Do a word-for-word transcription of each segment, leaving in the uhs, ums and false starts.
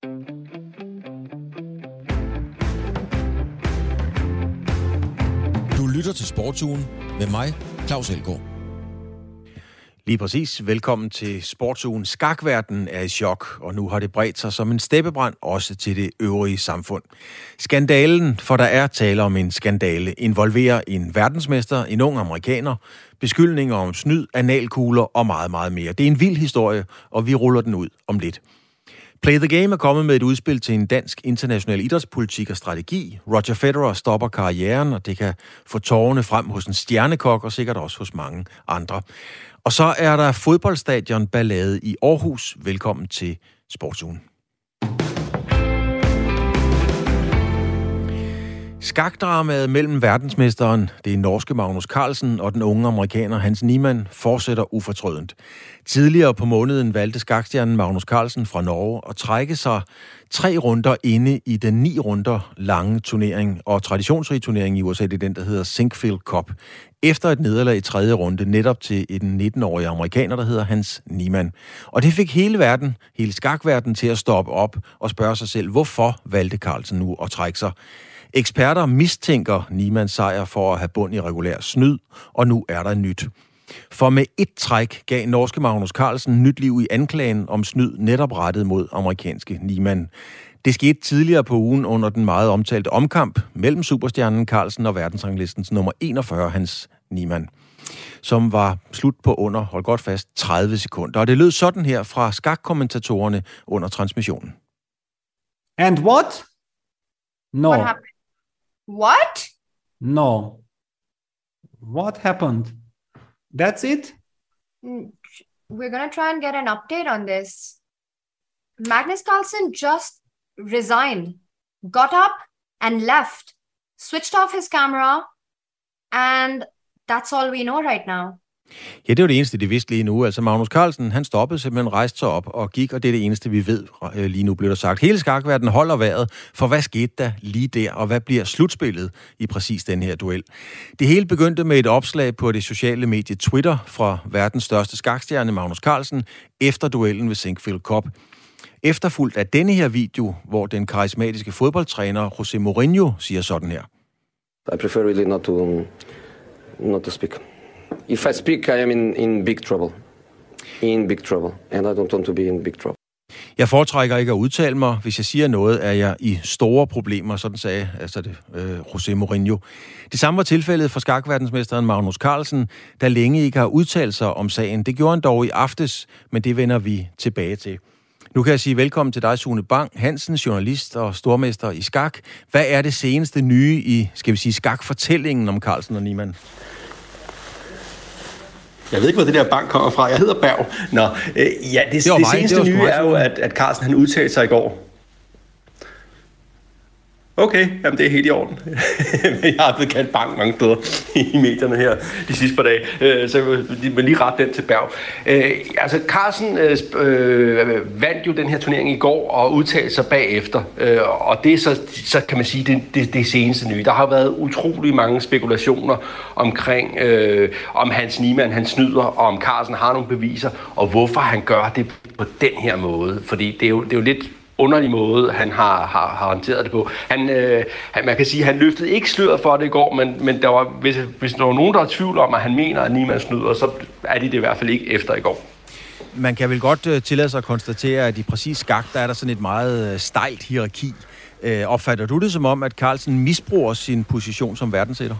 Du lytter til Sportsugen med mig, Claus Elgaard. Lige præcis. Velkommen til Sportsugen. Skakverdenen er i chok, og nu har det bredt sig som en steppebrand også til det øvrige samfund. Skandalen, for der er tale om en skandale, involverer en verdensmester, en ung amerikaner, beskyldninger om snyd, analkugler og meget, meget mere. Det er en vild historie, og vi ruller den ud om lidt. Play the Game er kommet med et udspil til en dansk international idrætspolitik og strategi. Roger Federer stopper karrieren, og det kan få tårerne frem hos en stjernekok og sikkert også hos mange andre. Og så er der fodboldstadion ballade i Aarhus. Velkommen til Sportsugen. Skakdramaet mellem verdensmesteren, det norske Magnus Carlsen, og den unge amerikaner Hans Niemann fortsætter ufortrødent. Tidligere på måneden valgte skakstjernen Magnus Carlsen fra Norge at trække sig tre runder inde i den ni runder lange turnering og traditionsrige turnering i U S A, det er den, der hedder Sinkfield Cup, efter et nederlag i tredje runde netop til en nitten-årig amerikaner, der hedder Hans Niemann. Og det fik hele verden, hele skakverdenen til at stoppe op og spørge sig selv, hvorfor valgte Carlsen nu at trække sig? Eksperter mistænker Niemanns sejr for at have bund i regulær snyd, og nu er der nyt. For med et træk gav norske Magnus Carlsen nyt liv i anklagen om snyd netop rettet mod amerikanske Niemann. Det skete tidligere på ugen under den meget omtalte omkamp mellem superstjernen Carlsen og verdensranglistens nummer enogfyrre, Hans Niemann, som var slut på under, hold godt fast, tredive sekunder. Og det lød sådan her fra skakkommentatorerne under transmissionen. And what? No. What happened? What? No. What happened? That's it? We're going to try and get an update on this. Magnus Carlsen just resigned, got up and left, switched off his camera, and that's all we know right now. Ja, det er jo det eneste, de vidste lige nu. Altså Magnus Carlsen, han stoppede simpelthen, rejste sig op og gik, og det er det eneste, vi ved lige nu, bliver der sagt. Hele skakverdenen holder vejret, for hvad skete der lige der, og hvad bliver slutspillet i præcis den her duel? Det hele begyndte med et opslag på det sociale medie Twitter fra verdens største skakstjerne, Magnus Carlsen, efter duellen ved Sinkfield Cup. Efterfulgt af denne her video, hvor den karismatiske fodboldtræner José Mourinho siger sådan her. I prefer really not to, not to speak. If I speak, I am in, in big trouble. In big trouble. And I don't want to be in big trouble. Jeg foretrækker ikke at udtale mig. Hvis jeg siger noget, er jeg i store problemer, sådan sagde altså det, øh, José Mourinho. Det samme var tilfældet for skakverdensmesteren Magnus Carlsen, der længe ikke har udtalt sig om sagen. Det gjorde han dog i aftes, men det vender vi tilbage til. Nu kan jeg sige velkommen til dig, Sune Bang Hansen, journalist og stormester i skak. Hvad er det seneste nye i, skal vi sige, skakfortællingen om Carlsen og Niemann? Jeg ved ikke, hvor det der bank kommer fra. Jeg hedder Berg. Nå, øh, ja, det, det, det mig, seneste det nye er jo, at, at Carlsen han udtalte sig i går. Okay, jamen det er helt i orden. Jeg har blevet kaldt bank mange steder i medierne her de sidste par dage, øh, så jeg vil lige rette den til Berg. Øh, altså Carlsen øh, vandt jo den her turnering i går og udtalte sig bagefter, øh, og det er så, så kan man sige, det, det, det seneste nye. Der har været utrolig mange spekulationer omkring, øh, om Hans Niemann han snyder, og om Carlsen har nogle beviser, og hvorfor han gør det på den her måde. Fordi det er jo, det er jo lidt underlig måde, han har, har, har håndteret det på. Han, øh, han, man kan sige, han løftede ikke sløret for det i går, men, men der var, hvis, hvis der var nogen, der er tvivl om, at han mener, at Niemann snyder, så er de det i hvert fald ikke efter i går. Man kan vel godt uh, tillade sig at konstatere, at i præcis skak, der er der sådan et meget uh, stejlt hierarki. Uh, opfatter du det som om, at Carlsen misbruger sin position som verdensetter?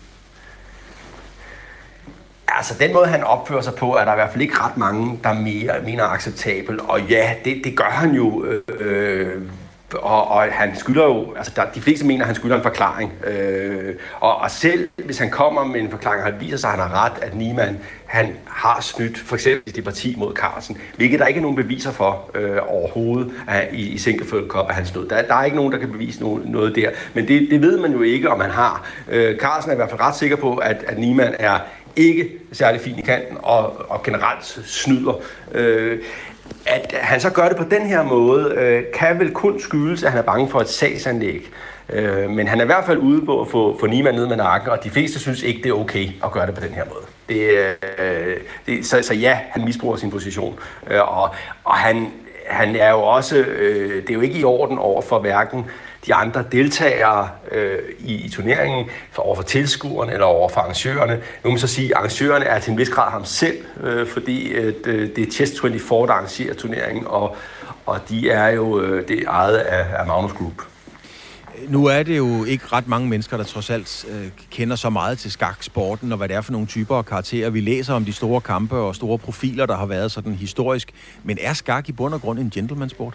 Altså, den måde, han opfører sig på, er der i hvert fald ikke ret mange, der mere, mener er acceptabel. Og ja, det, det gør han jo. Øh, og, og han skylder jo, altså der, de fleste mener, at han skylder en forklaring. Øh, og, og selv hvis han kommer med en forklaring, og han viser sig, at han har ret, at Niemann, han har snydt, for eksempel i det parti mod Carlsen, hvilket der ikke er nogen beviser for øh, overhovedet at, i, i Sinkfield Cup, at han snød. Der, der er ikke nogen, der kan bevise noget, noget der. Men det, det ved man jo ikke, om han har. Øh, Carlsen er i hvert fald ret sikker på, at, at Niemann er ikke særlig fin i kanten og, og generelt snyder. Øh, at han så gør det på den her måde, øh, kan vel kun skyldes, at han er bange for et sagsanlæg. Øh, men han er i hvert fald ude på at få, få Niemann ned med nakken, og de fleste synes ikke, det er okay at gøre det på den her måde. Det, øh, det, så, så ja, han misbruger sin position. Øh, og, og han, han er jo også, øh, det er jo ikke i orden over for hverken de andre deltagere øh, i, i turneringen, for over for tilskuerne eller over for arrangørerne. Nu må man så sige, at arrangørerne er til en vis grad ham selv, øh, fordi øh, det er Chess toogtyve, der arrangerer turneringen, og, og de er jo øh, det ejet af, af Magnus Group. Nu er det jo ikke ret mange mennesker, der trods alt øh, kender så meget til skaksporten, og hvad det er for nogle typer og karakterer. Vi læser om de store kampe og store profiler, der har været sådan historisk. Men er skak i bund og grund en gentlemansport?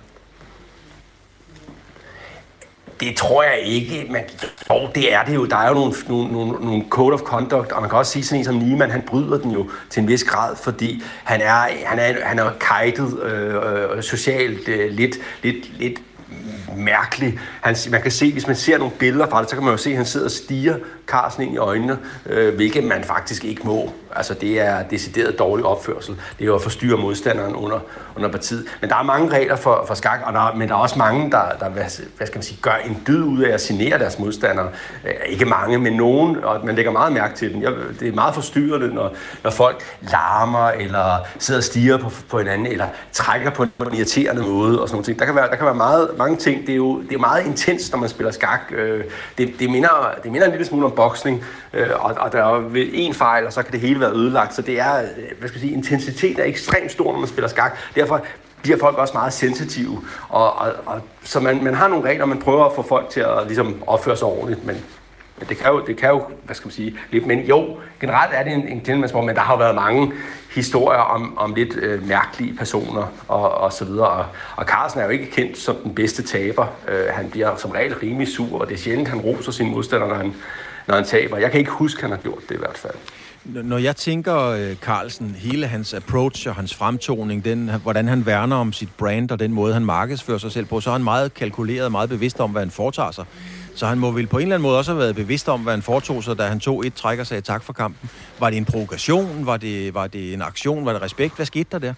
Det tror jeg ikke, men oh, det er det jo. Der er jo nogle, nogle, nogle, nogle code of conduct, og man kan også sige sådan en som Niemann, han bryder den jo til en vis grad, fordi han er, han er, han er kajtet øh, socialt øh, lidt, lidt, lidt mærkelig. Han, man kan se, hvis man ser nogle billeder fra det, så kan man jo se, at han sidder og stiger Carlsen ind i øjnene, øh, hvilket man faktisk ikke må. Altså, det er decideret dårlig opførsel. Det er jo at forstyrre modstanderen under, under partiet. Men der er mange regler for, for skak, og der, men der er også mange, der, der hvad, hvad skal man sige, gør en dyd ud af at genere deres modstandere. Øh, ikke mange, men nogen, og man lægger meget mærke til dem. Jeg, det er meget forstyrrende, når, når folk larmer, eller sidder og stiger på, på hinanden, eller trækker på en irriterende måde, og sådan noget. Der kan være, der kan være meget, mange ting. Det er jo det er meget intens, når man spiller skak. Øh, det, det, minder, det minder en lille smule om boksning, øh, og, og der er ved en fejl, og så kan det hele være ødelagt. Så det er, hvad skal jeg sige, intensitet er ekstremt stor, når man spiller skak. Derfor bliver folk også meget sensitive. Og, og, og, så man, man har nogle regler, man prøver at få folk til at ligesom, opføre sig ordentligt, men, men det, kan jo, det kan jo, hvad skal man sige, lidt. Men jo, generelt er det en, en gentlemansport, men der har jo været mange historier om, om lidt øh, mærkelige personer og, og så videre. Og, og Carlsen er jo ikke kendt som den bedste taber. Øh, han bliver som regel rimelig sur, og det er sjældent, han roser sine modstandere, når han, når han taber. Jeg kan ikke huske, at han har gjort det i hvert fald. Når jeg tænker Carlsen, hele hans approach og hans fremtoning, den, hvordan han værner om sit brand og den måde, han markedsfører sig selv på, så er han meget kalkuleret, meget bevidst om, hvad han foretager sig. Så han må vel på en eller anden måde også have været bevidst om, hvad han foretog sig, da han tog et træk og sagde tak for kampen. Var det en provokation? Var det, var det en aktion? Var det respekt? Hvad skete der der?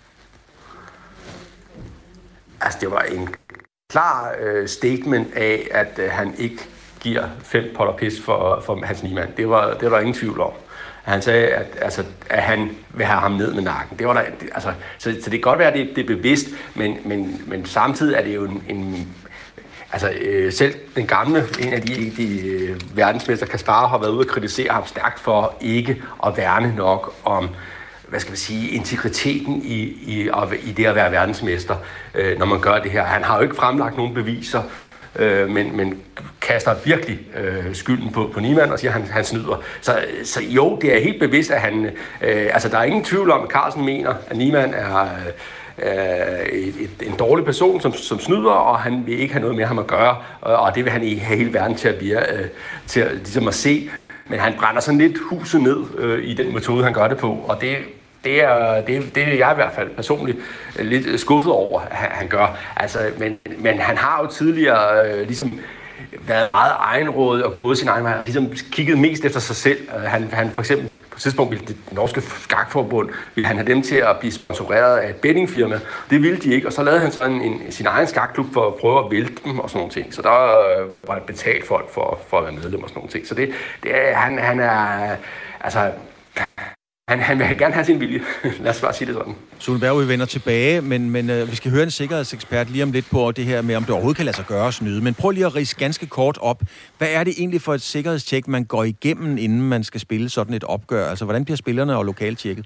Altså, det var en klar øh, statement af, at øh, han ikke giver fem potter pis for, for Hans Niemann. Det var, det var der ingen tvivl om. Han sagde, at, altså, at han vil have ham ned med nakken. Det var der, altså, så, så det kan godt være, at det, det er bevidst, men, men, men samtidig er det jo en... en altså, øh, selv den gamle, en af de, de øh, verdensmester, Kasparov, har været ude og kritisere ham stærkt for ikke at værne nok om, hvad skal man sige, integriteten i, i, i det at være verdensmester, øh, når man gør det her. Han har jo ikke fremlagt nogen beviser, øh, men, men kaster virkelig øh, skylden på, på Niemann og siger, at han, han snyder. Så, så jo, det er helt bevidst, at han... Øh, altså, der er ingen tvivl om, at Carlsen mener, at Niemann er... Øh, Et, et, en dårlig person, som, som snyder, og han vil ikke have noget med ham at gøre, og, og det vil han ikke have hele verden til at, blive, øh, til at, ligesom at se. Men han brænder sådan lidt huset ned øh, i den metode, han gør det på, og det, det, er, det, det er jeg i hvert fald personligt lidt skuffet over, at han, han gør. Altså, men, men han har jo tidligere øh, ligesom været meget egenrådig og gået sin egen vej, ligesom kigget mest efter sig selv. Han, han for eksempel på et tidspunkt ville det norske skakforbund, ville han have dem til at blive sponsoreret af et bettingfirma. Det ville de ikke, og så lavede han sådan en, sin egen skakklub for at prøve at vælte dem og sådan nogle ting. Så der øh, var det betalt folk for, for at være medlem og sådan nogle ting. Så det, det er, han, han er, altså, han, han vil gerne have sin vilje. Lad os bare sige det sådan. Sune Berg, vi vender tilbage, men, men øh, vi skal høre en sikkerhedsekspert lige om lidt på det her med, om det overhovedet kan lade sig gøre at snyde. Men prøv lige at ridse ganske kort op. Hvad er det egentlig for et sikkerhedstjek, man går igennem, inden man skal spille sådan et opgør? Altså, hvordan bliver spillerne og lokalt tjekket?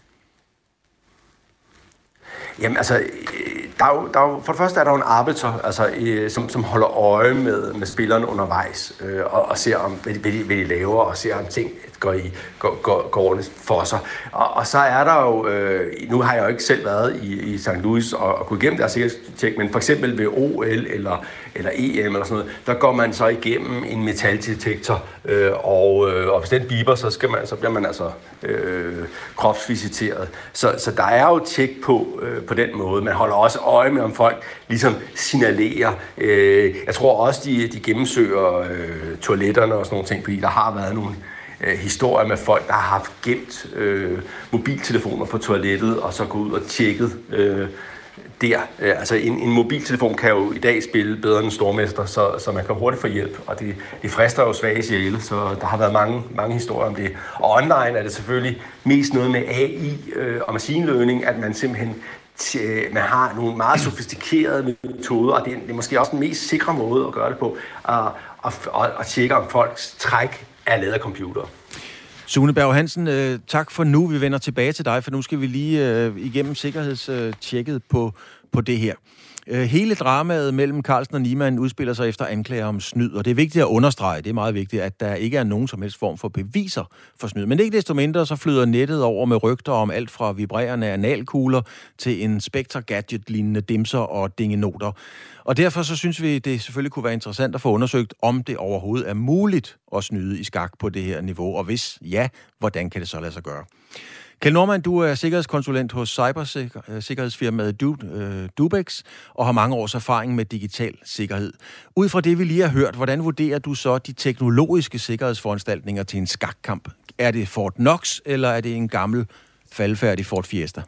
Jamen, altså, der er jo, der er jo, for det første er der jo en arbiter, altså, som, som holder øje med, med spillerne undervejs, øh, og, og ser om, hvad de, hvad, de, hvad de laver, og ser om ting går, i, går, går, går ordentligt for sig. Og, og så er der jo, øh, nu har jeg jo ikke selv været i, i Sankt Louis og, og gået igennem deres sikkerhedstjek, men for eksempel ved O L eller, eller E M eller sådan noget, der går man så igennem en metaldetektor, øh, og, øh, og hvis den biber, så, skal man, så bliver man altså øh, kropsvisiteret. Så, så der er jo tjek på, øh, på den måde. Man holder også øje med, om folk ligesom signalerer. Øh, jeg tror også, de, de gennemsøger øh, toiletterne og sådan nogle ting, fordi der har været nogle øh, historier med folk, der har haft gemt øh, mobiltelefoner på toilettet, og så gået ud og tjekket øh, der. Øh, altså en, en mobiltelefon kan jo i dag spille bedre end en stormester, så, så man kan hurtigt få hjælp, og det, det frister jo svage sjæle, så der har været mange, mange historier om det. Og online er det selvfølgelig mest noget med A I øh, og machine learning, at man simpelthen man har nogle meget sofistikerede metoder, og det er, det er måske også den mest sikre måde at gøre det på, at, at, at, at tjekke, om folks træk er lavet af computer. Sune Berg Hansen, øh, tak for nu. Vi vender tilbage til dig, for nu skal vi lige øh, igennem sikkerhedstjekket på, på det her. Øh, hele dramaet mellem Carlsen og Niemann udspiller sig efter anklager om snyd, og det er vigtigt at understrege, det er meget vigtigt, at der ikke er nogen som helst form for beviser for snyd. Men ikke desto mindre, så flyder nettet over med rygter om alt fra vibrerende analkugler til en Spectre-gadget-lignende dimser og dingenoter. Og derfor så synes vi, det selvfølgelig kunne være interessant at få undersøgt, om det overhovedet er muligt at snyde i skak på det her niveau, og hvis ja, hvordan kan det så lade sig gøre? Kjeld Normann, du er sikkerhedskonsulent hos cybersikkerhedsfirmaet Dubex og har mange års erfaring med digital sikkerhed. Ud fra det, vi lige har hørt, hvordan vurderer du så de teknologiske sikkerhedsforanstaltninger til en skakkamp? Er det Fort Knox, eller er det en gammel faldfærdig Ford Fiesta?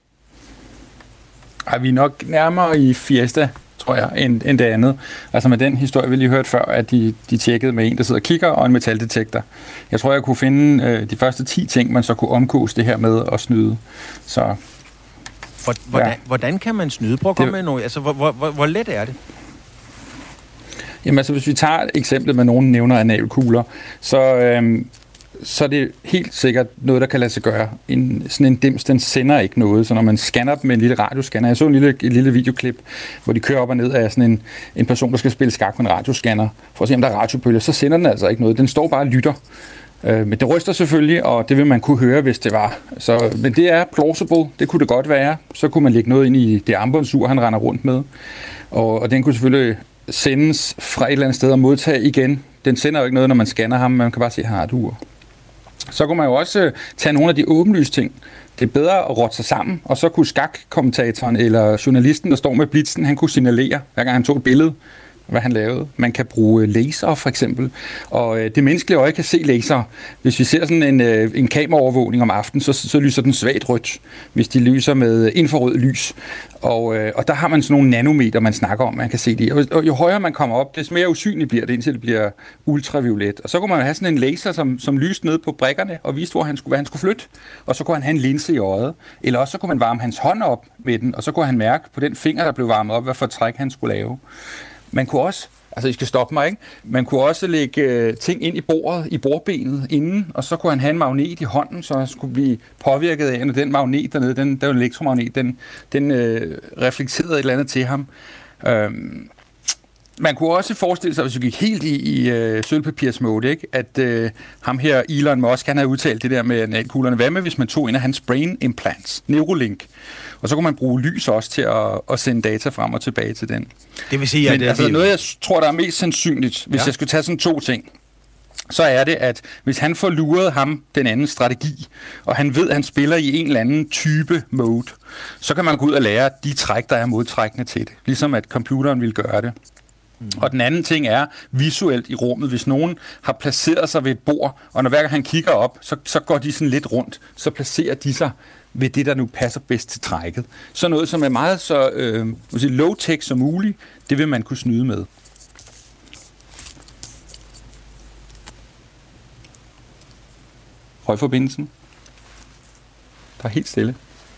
Ej, vi er nok nærmere i Fiesta, tror jeg, end, end det andet. Altså med den historie, vi lige hørte før, at de, de tjekkede med en, der sidder og kigger, og en metaldetektor. Jeg tror, jeg kunne finde øh, de første ti ting, man så kunne omgås det her med at snyde. Så, hvordan, ja. hvordan kan man snyde? Prøv at komme det, med noget. Altså, hvor, hvor, hvor, hvor let er det? Jamen altså, hvis vi tager eksemplet med nogen nævner analkugler, så... Øh, så er det helt sikkert noget, der kan lade sig gøre. En, sådan en dims, den sender ikke noget, så når man scanner dem med en lille radioscanner, jeg så en lille, en lille videoklip, hvor de kører op og ned af sådan en, en person, der skal spille skak med en radioscanner, for at se, om der er radiobølger, så sender den altså ikke noget. Den står bare og lytter. Øh, men det ryster selvfølgelig, og det vil man kunne høre, hvis det var. Så, men det er plausible, det kunne det godt være. Så kunne man lægge noget ind i det armbåndsur, han render rundt med. Og, og den kunne selvfølgelig sendes fra et eller andet sted og modtage igen. Den sender jo ikke noget, når man scanner ham, man kan bare se, at han har et ur. Så kunne man jo også tage nogle af de åbenlyse ting. Det er bedre at rotte sig sammen, og så kunne skakkommentatoren eller journalisten, der står med blitzen, han kunne signalere, hver gang han tog et billede, hvad han lavede. Man kan bruge laser for eksempel, og det menneskelige øje kan se laser. Hvis vi ser sådan en, en kameraovervågning om aftenen, så, så lyser den svagt rødt, hvis de lyser med infrarød lys. Og, og der har man sådan nogle nanometer, man snakker om, man kan se det. Og, og jo højere man kommer op, des mere usynligt bliver det, indtil det bliver ultraviolet. Og så kunne man have sådan en laser, som, som lyste ned på brikkerne og viste, hvor han skulle, hvad han skulle flytte. Og så kunne han have en linse i øjet. Eller også så kunne man varme hans hånd op med den, og så kunne han mærke på den finger, der blev varmet op, hvad for træk han skulle lave. Man kunne også, altså I skal stoppe mig, ikke? Man kunne også lægge øh, ting ind i bordet, i bordbenet inden, og så kunne han have en magnet i hånden, så han skulle blive påvirket af, når den magnet dernede, den, der var en elektromagnet, den, den øh, reflekterede et eller andet til ham. Øhm, man kunne også forestille sig, hvis vi gik helt i, i øh, sølvpapirsmode, ikke? At øh, ham her, Elon Musk, han havde udtalt det der med analkuglerne. Hvad med, hvis man tog en af hans brain implants, Neuralink, og så kunne man bruge lys også til at, at sende data frem og tilbage til den. Det vil sige, at... Men, det, altså, det... noget, jeg tror, der er mest sandsynligt, hvis ja. jeg skulle tage sådan to ting, så er det, at hvis han får luret ham den anden strategi, og han ved, at han spiller i en eller anden type mode, så kan man gå ud og lære de træk, der er modtrækkende til det. Ligesom at computeren vil gøre det. Mm. Og den anden ting er visuelt i rummet. Hvis nogen har placeret sig ved et bord, og når hver gang han kigger op, så, så går de sådan lidt rundt, så placerer de sig ved det, der nu passer bedst til trækket. Så noget, som er meget så øh, low-tech som muligt, det vil man kunne snyde med. Højforbindelsen. Der er helt stille.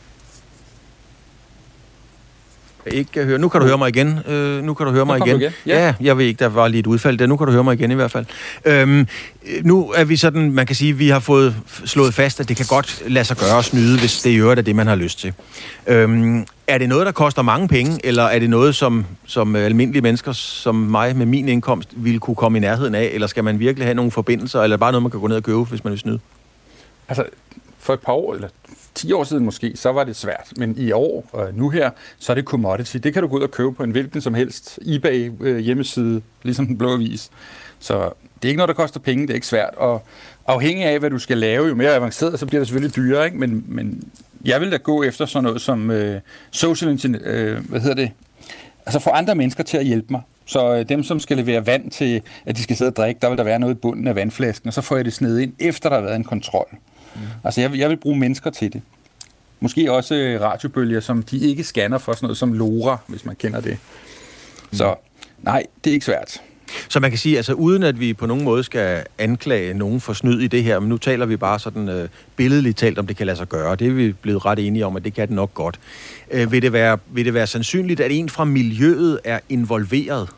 Ikke kan høre. Nu kan du høre mig igen. Øh, nu kan du høre mig igen. igen. Ja. ja, jeg ved ikke, der var lige et udfald der. Nu kan du høre mig igen i hvert fald. Øhm, nu er vi sådan, man kan sige, vi har fået slået fast, at det kan godt lade sig gøre at snyde, hvis det i øvrigt er det, man har lyst til. Øhm, er det noget, der koster mange penge, eller er det noget, som, som almindelige mennesker som mig med min indkomst ville kunne komme i nærheden af, eller skal man virkelig have nogle forbindelser, eller bare noget, man kan gå ned og købe, hvis man vil snyde? Altså, for et par år, eller ti år siden måske, så var det svært. Men i år og nu her, så er det commodity. Det kan du gå ud og købe på en hvilken som helst eBay øh, hjemmeside, ligesom Den Blå Avis. Så det er ikke noget, der koster penge, det er ikke svært. Og afhængig af, hvad du skal lave, jo mere avanceret, så bliver det selvfølgelig dyrere, ikke? Men, men jeg vil da gå efter sådan noget som øh, social engineer, øh, hvad hedder det? Altså få andre mennesker til at hjælpe mig. Så øh, dem, som skal levere vand til, at de skal sidde og drikke, der vil der være noget i bunden af vandflasken, og så får jeg det sned ind, efter der har været en kontrol. Mm. Altså, jeg vil, jeg vil bruge mennesker til det. Måske også radiobølger, som de ikke scanner for sådan noget som LoRa, hvis man kender det. Mm. Så nej, det er ikke svært. Så man kan sige, altså uden at vi på nogen måde skal anklage nogen for snyd i det her, men nu taler vi bare sådan øh, billedligt talt, om det kan lade sig gøre. Det er vi blevet ret enige om, at det kan det nok godt. Øh, vil, det være, vil det være sandsynligt, at en fra miljøet er involveret?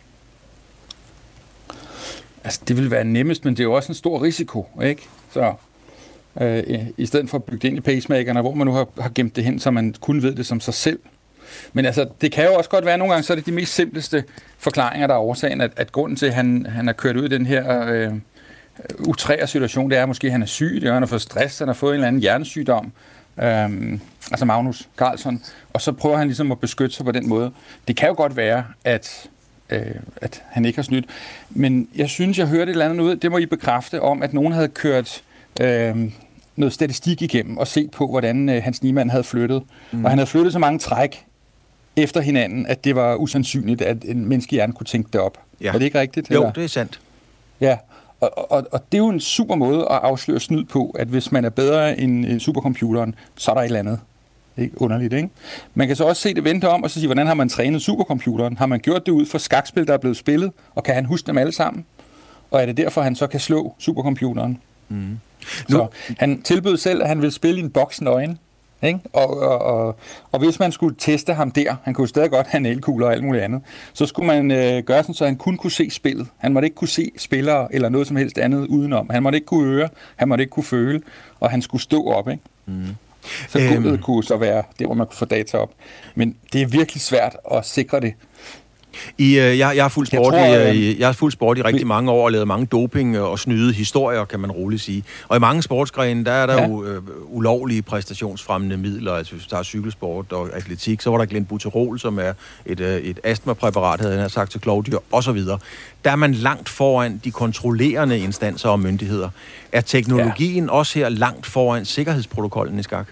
Altså, det vil være nemmest, men det er jo også en stor risiko, ikke? Så øh, i stedet for at bygge det ind i pacemakerne, hvor man nu har, har gemt det hen, så man kun ved det som sig selv. Men altså, det kan jo også godt være, at nogle gange så er det de mest simpleste forklaringer, der er årsagen, at, at grunden til, at han, han er kørt ud i den her øh, utrære situation, det er, at måske han er syg, det er, han har fået stress, han har fået en eller anden hjernesygdom, øh, altså Magnus Carlsen, og så prøver han ligesom at beskytte sig på den måde. Det kan jo godt være, at, øh, at han ikke har snydt, men jeg synes, jeg hørte et eller andet ud, det må I bekræfte om, at nogen havde kørt øh, noget statistik igennem og set på, hvordan øh, Hans Niemann havde flyttet. Mm. Og han havde flyttet så mange træk efter hinanden, at det var usandsynligt, at en menneskehjerne kunne tænke det op. Ja. Er det ikke rigtigt? Jo, eller? Det er sandt. Ja, og, og, og det er jo en super måde at afsløre snyd på, at hvis man er bedre end supercomputeren, så er der et eller andet. Ikke? Underligt, ikke? Man kan så også se det vente om, og så sige, hvordan har man trænet supercomputeren? Har man gjort det ud for skakspil, der er blevet spillet, og kan han huske dem alle sammen? Og er det derfor, han så kan slå supercomputeren? Mm. Så nu. Han tilbød selv, at han ville spille i en boks nøgen. Ikke? Og, og, og, og hvis man skulle teste ham der, han kunne stadig godt have elkugler og alt muligt andet, så skulle man øh, gøre sådan, så han kun kunne se spillet. Han måtte ikke kunne se spillere eller noget som helst andet udenom. Han måtte ikke kunne høre, han måtte ikke kunne føle, og han skulle stå op. Ikke? Mm. Så gulvet øhm. kunne så være det, hvor man kunne få data op. Men det er virkelig svært at sikre det. I, jeg, jeg har fuld sport, jeg tror, i, jeg har fuld sport i rigtig mange år og lavet mange doping og snyde historier, kan man roligt sige. Og i mange sportsgrene, der er der ja. jo øh, ulovlige præstationsfremmende midler. Altså hvis der er cykelsport og atletik, så var der glenbuterol, som er et, øh, et astmapræparat, havde han sagt til klovdyr, osv. Der er man langt foran de kontrollerende instanser og myndigheder. Er teknologien ja. også her langt foran sikkerhedsprotokollen i skak?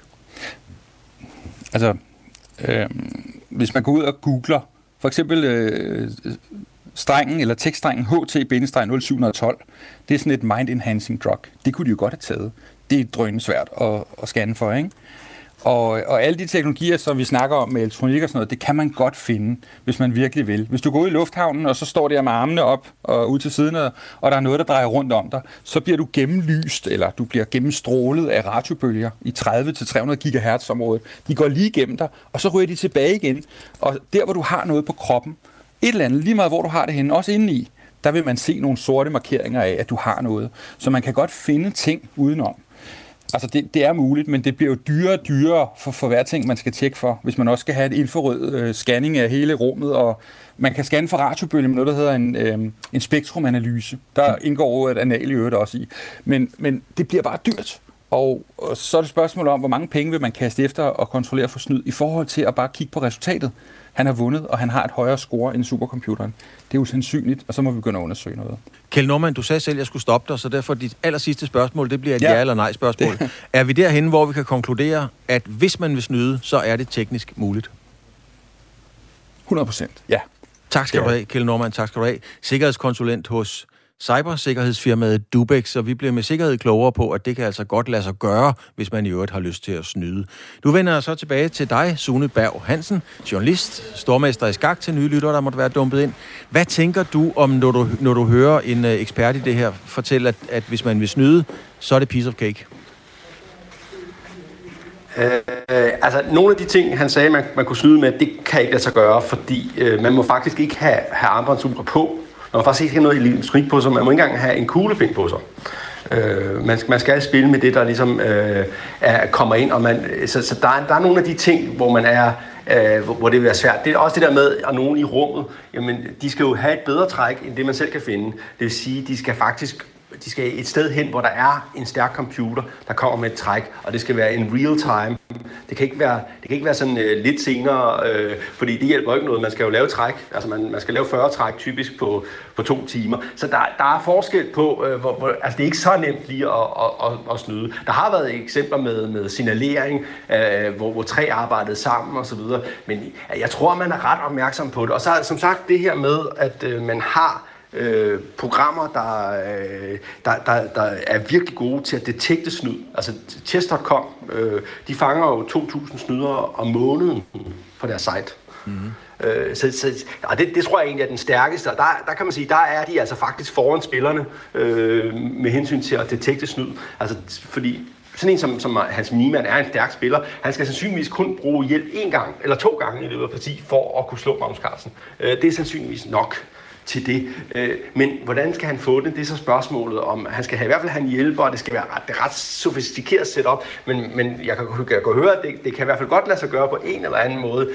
Altså, øh, hvis man går ud og googler for eksempel øh, strengen, eller tekststrengen H T nul syv et to, det er sådan et mind-enhancing drug. Det kunne de jo godt have taget. Det er drønsvært at, at scanne for, ikke? Og, og alle de teknologier, som vi snakker om med elektronik og sådan noget, det kan man godt finde, hvis man virkelig vil. Hvis du går ud i lufthavnen, og så står der med armene op og ud til siden, og der er noget, der drejer rundt om dig, så bliver du gennemlyst, eller du bliver gennemstrålet af radiobølger i tredive til tre hundrede gigahertz området. De går lige igennem dig, og så ryger de tilbage igen. Og der, hvor du har noget på kroppen, et eller andet, lige meget hvor du har det henne, også indeni, der vil man se nogle sorte markeringer af, at du har noget. Så man kan godt finde ting udenom. Altså, det, det er muligt, men det bliver jo dyrere og dyrere for, for hver ting, man skal tjekke for, hvis man også skal have et infrarød øh, scanning af hele rummet, og man kan scanne for radiobølger med noget, der hedder en, øh, en spektrumanalyse. Der indgår et anal i øvrigt også i. Men, men det bliver bare dyrt, og, og så er det spørgsmål om, hvor mange penge vil man kaste efter og kontrollere for snyd, i forhold til at bare kigge på resultatet. Han har vundet, og han har et højere score end supercomputeren. Det er jo sandsynligt, og så må vi begynde at undersøge noget. Kjeld Normann, du sagde selv, at jeg skulle stoppe dig, så derfor dit aller sidste spørgsmål, det bliver et ja, ja eller nej spørgsmål. Det. Er vi derhenne, hvor vi kan konkludere, at hvis man vil snyde, så er det teknisk muligt? hundrede procent, ja. Tak skal ja. du have, Kjeld Normann, tak skal du have. Sikkerhedskonsulent hos cybersikkerhedsfirmaet Dubex, og vi bliver med sikkerhed klogere på, at det kan altså godt lade sig gøre, hvis man i øvrigt har lyst til at snyde. Nu vender jeg så tilbage til dig, Sune Berg Hansen, journalist, stormester i skak til nye lyttere, der måtte være dumpet ind. Hvad tænker du om, når du, når du hører en ekspert i det her fortælle, at, at hvis man vil snyde, så er det piece of cake? Øh, altså, nogle af de ting, han sagde, man, man kunne snyde med, det kan ikke lade sig gøre, fordi øh, man må faktisk ikke have, have armbåndsure på. Man må faktisk ikke have noget elektronik på sig, man må ikke engang have en kuglepind på sig. Øh, man, man skal spille med det, der ligesom øh, er, kommer ind, og man, så, så der, er, der er nogle af de ting, hvor man er, øh, hvor det vil være svært. Det er også det der med, at nogen i rummet, jamen, de skal jo have et bedre træk, end det man selv kan finde. Det vil sige, de skal faktisk de skal et sted hen, hvor der er en stærk computer, der kommer med et træk, og det skal være en real time. Det kan ikke være, det kan ikke være sådan øh, lidt senere, øh, fordi det hjælper ikke noget. Man skal jo lave træk, altså man, man skal lave fyrre træk typisk på, på to timer. Så der, der er forskel på, øh, hvor, hvor, altså det er ikke så nemt lige at, at, at, at snyde. Der har været eksempler med, med signalering, øh, hvor, hvor tre arbejdede sammen osv., men jeg tror, man er ret opmærksom på det. Og så som sagt det her med, at øh, man har Øh, programmer, der, øh, der, der, der er virkelig gode til at detekte snyd. Altså Chess punktum com, øh, de fanger jo to tusind snydere om måneden på deres site. Mm-hmm. Øh, så så ja, det, det tror jeg egentlig er den stærkeste, og der, der kan man sige, der er de altså faktisk foran spillerne øh, med hensyn til at detekte snyd. Altså, fordi sådan en som, som Hans Niemann er en stærk spiller, han skal sandsynligvis kun bruge hjælp en gang eller to gange i løbet af parti for at kunne slå Magnus Carlsen. Øh, det er sandsynligvis nok til det. Men hvordan skal han få det? Det er så spørgsmålet om, han skal have, i hvert fald have en hjælper, og det skal være ret, det er ret sofistikeret setup, men, men jeg kan, jeg kan høre, at det, det kan i hvert fald godt lade sig gøre på en eller anden måde.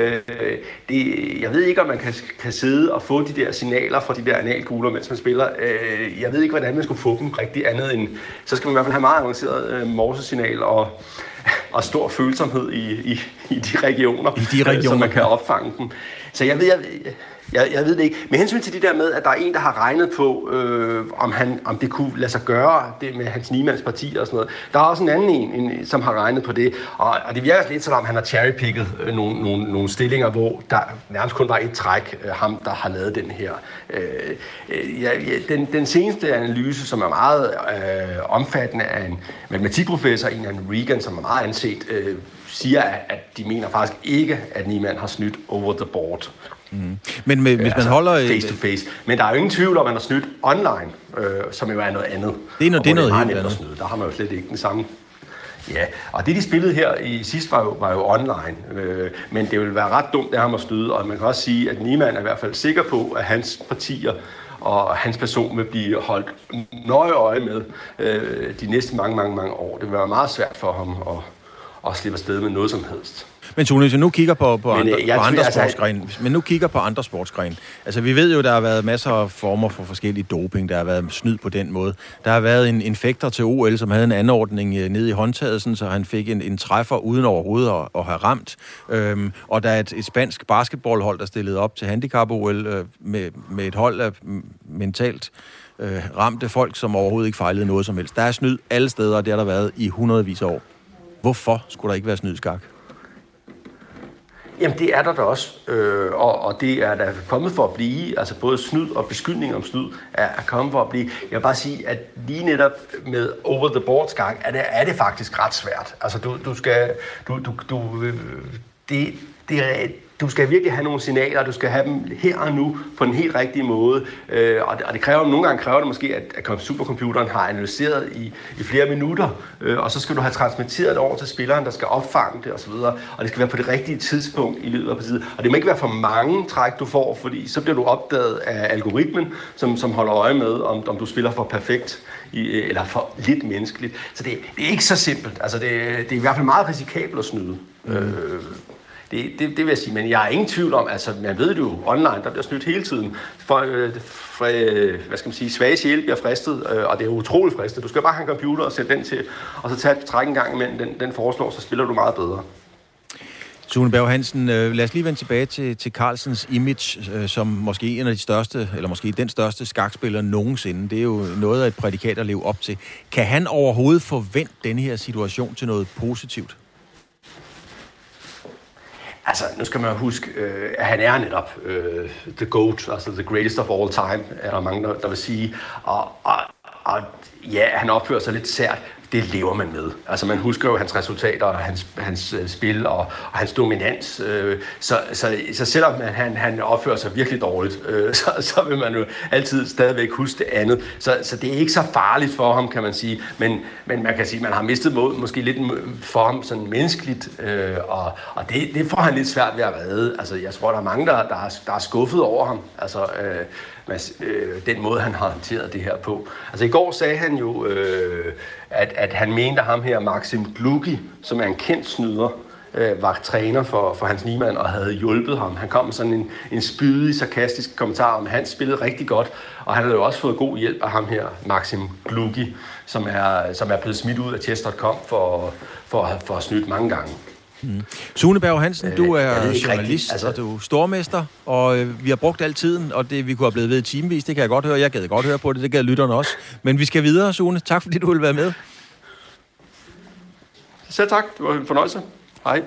Det, jeg ved ikke, om man kan, kan sidde og få de der signaler fra de der analkugler, mens man spiller. Jeg ved ikke, hvordan man skulle få dem rigtig andet end, så skal man i hvert fald have meget avanceret morsesignal og og stor følsomhed i, i, i de regioner, I de regioner, så man kan opfange dem. Så jeg ved, jeg, jeg, jeg ved det ikke. Med hensyn til det der med, at der er en, der har regnet på, øh, om, han, om det kunne lade sig gøre, det med Hans Niemanns parti og sådan noget. Der er også en anden en, en som har regnet på det, og, og det virker lidt som om, han har cherrypicket øh, nogle, nogle, nogle stillinger, hvor der nærmest kun var et træk, øh, ham, der har lavet den her. Øh, øh, ja, den, den seneste analyse, som er meget øh, omfattende af en matematikprofessor, en af Regan, som er meget anset, øh, siger, at de mener faktisk ikke, at Niemann har snydt over the board. Mm. Men med, hvis altså, man holder face to face. Men der er jo ingen tvivl om, at han har snydt online, øh, som jo er noget andet. Det er noget, det er noget helt andet. Snyde. Der har man jo slet ikke den samme. Ja, og det de spillede her i sidst var jo, var jo online, øh, men det ville være ret dumt, det ham at snyde, og man kan også sige, at Niemann er i hvert fald sikker på, at hans partier og hans person vil blive holdt nøje øje med øh, de næste mange, mange, mange år. Det vil være meget svært for ham at, at slippe afsted med noget som helst. Men Sune, hvis vi nu kigger på, på men, andre, jeg, på andre altså, sportsgrene, hvis man nu kigger på andre sportsgrene, altså vi ved jo, der har været masser af former for forskellige doping, der har været snyd på den måde. Der har været en, en fægter til O L, som havde en anordning nede i håndtaget, sådan, så han fik en, en træffer uden overhovedet at, at have ramt. Øhm, og der er et, et spansk basketballhold, der stillede op til handicap-O L øh, med, med et hold af mentalt øh, ramte folk, som overhovedet ikke fejlede noget som helst. Der er snyd alle steder, og det har der været i hundredvis af år. Hvorfor skulle der ikke være snyd i skak? Jamen, det er der da også, øh, og, og det er der kommet for at blive, altså både snyd og beskyldning om snyd er, er kommet for at blive. Jeg vil bare sige, at lige netop med over-the-board skak, er det, er det faktisk ret svært. Altså, du, du skal, du, du, du, det, det er, du skal virkelig have nogle signaler, du skal have dem her og nu på den helt rigtige måde, øh, og, det, og det kræver, nogle gange kræver det måske, at, at supercomputeren har analyseret i, i flere minutter, øh, og så skal du have transmitteret det over til spilleren, der skal opfange det osv., og det skal være på det rigtige tidspunkt i løbet af partiet. Og det må ikke være for mange træk, du får, fordi så bliver du opdaget af algoritmen, som, som holder øje med, om, om du spiller for perfekt i, eller for lidt menneskeligt. Så det, det er ikke så simpelt. Altså det, det er i hvert fald meget risikabelt at snyde. Mm. Øh, Det, det, det vil jeg sige, men jeg er ingen tvivl om, altså man ved det jo online, der bliver snydt hele tiden. For, øh, for øh, hvad skal man sige, svage sjæle bliver fristet, øh, og det er utroligt fristet. Du skal bare have en computer og sætte den til, og så tage et træk en gang imellem, den, den foreslår, så spiller du meget bedre. Sune Berg Hansen, øh, lad os lige vende tilbage til, til Carlsens image, øh, som måske en af de største, eller måske den største skakspiller nogensinde. Det er jo noget af et prædikat at leve op til. Kan han overhovedet forvente denne her situation til noget positivt? Altså, nu skal man huske, øh, at han er netop øh, the GOAT, altså the greatest of all time, er der mange, der, der vil sige. Og, og, og ja, han opfører sig lidt sært. Det lever man med. Altså, man husker jo hans resultater, hans, hans uh, spil og, og hans dominans. Øh, så, så, så selvom han, han opfører sig virkelig dårligt, øh, så, så vil man jo altid stadigvæk huske det andet. Så, så det er ikke så farligt for ham, kan man sige. Men, men man kan sige, at man har mistet mod, måske lidt for ham sådan menneskeligt, øh, og, og det, det får han lidt svært ved at redde. Altså, jeg tror, der er mange, der, der, er, der er skuffet over ham. Altså, øh, den måde, han har håndteret det her på. Altså i går sagde han jo, øh, at, at han mente, at ham her, Maxim Glugi, som er en kendt snyder, øh, var træner for, for Hans Niemann og havde hjulpet ham. Han kom med sådan en, en spydig, sarkastisk kommentar om, at han spillede rigtig godt, og han havde jo også fået god hjælp af ham her, Maxim Glugi, som er, som er blevet smidt ud af chess punktum com for, for, for at snyde mange gange. Mm. Sune Berg Hansen, du er journalist, rigtigt, altså. Og du er stormester, og øh, vi har brugt al tiden, og det vi kunne have blevet ved i timevis, det kan jeg godt høre. Jeg gad godt høre på det, det gad lytterne også. Men vi skal videre, Sune. Tak fordi du ville være med. Selv tak. Det var en fornøjelse. Hej.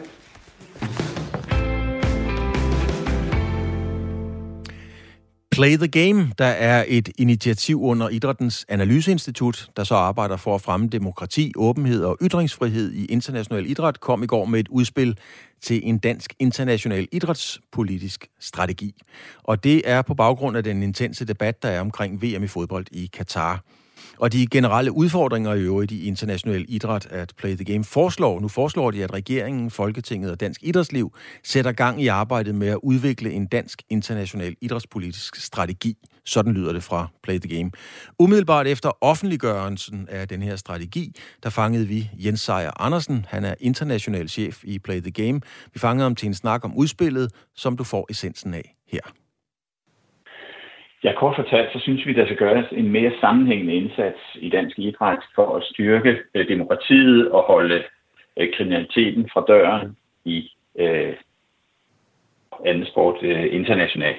Play the Game, der er et initiativ under Idrættens Analyseinstitut, der så arbejder for at fremme demokrati, åbenhed og ytringsfrihed i international idræt, kom i går med et udspil til en dansk international idrætspolitisk strategi. Og det er på baggrund af den intense debat, der er omkring V M i fodbold i Katar. Og de generelle udfordringer i øvrigt i international idræt, at Play the Game foreslår, nu foreslår de, at regeringen, Folketinget og Dansk Idrætsliv sætter gang i arbejdet med at udvikle en dansk international idrætspolitisk strategi. Sådan lyder det fra Play the Game. Umiddelbart efter offentliggørelsen af den her strategi, der fangede vi Jens Sejer Andersen. Han er international chef i Play the Game. Vi fangede ham til en snak om udspillet, som du får essensen af her. Ja, kort fortalt, så synes vi, der skal gøres en mere sammenhængende indsats i dansk idræt for at styrke øh, demokratiet og holde øh, kriminaliteten fra døren i øh, anden sport øh, internationalt.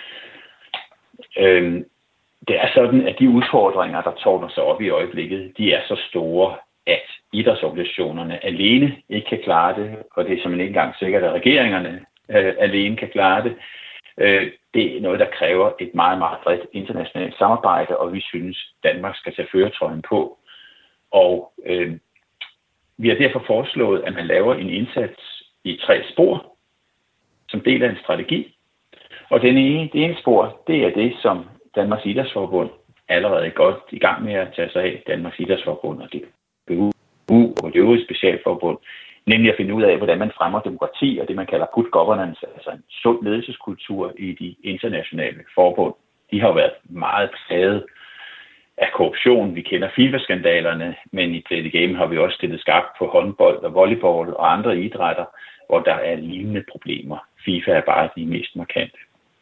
Øh, det er sådan, at de udfordringer, der tårner sig op i øjeblikket, de er så store, at idrætsorganisationerne alene ikke kan klare det, og det er simpelthen ikke engang sikkert, at regeringerne øh, alene kan klare det. Øh, Det er noget, der kræver et meget, meget bredt internationalt samarbejde, og vi synes, Danmark skal tage førertrøjen på. Og øh, vi har derfor foreslået, at man laver en indsats i tre spor, som del af en strategi. Og den ene, det ene spor, det er det, som Danmarks Idrætsforbund allerede er godt i gang med at tage sig af. Danmarks Idrætsforbund og D B U og det øvrige specialforbund. Nemlig at finde ud af, hvordan man fremmer demokrati og det, man kalder good governance, altså en sund ledelseskultur i de internationale forbund. De har jo været meget præget af korruption. Vi kender FIFA-skandalerne, men i Play the Game har vi også stillet skarpt på håndbold og volleyball og andre idrætter, hvor der er lignende problemer. FIFA er bare de mest markante.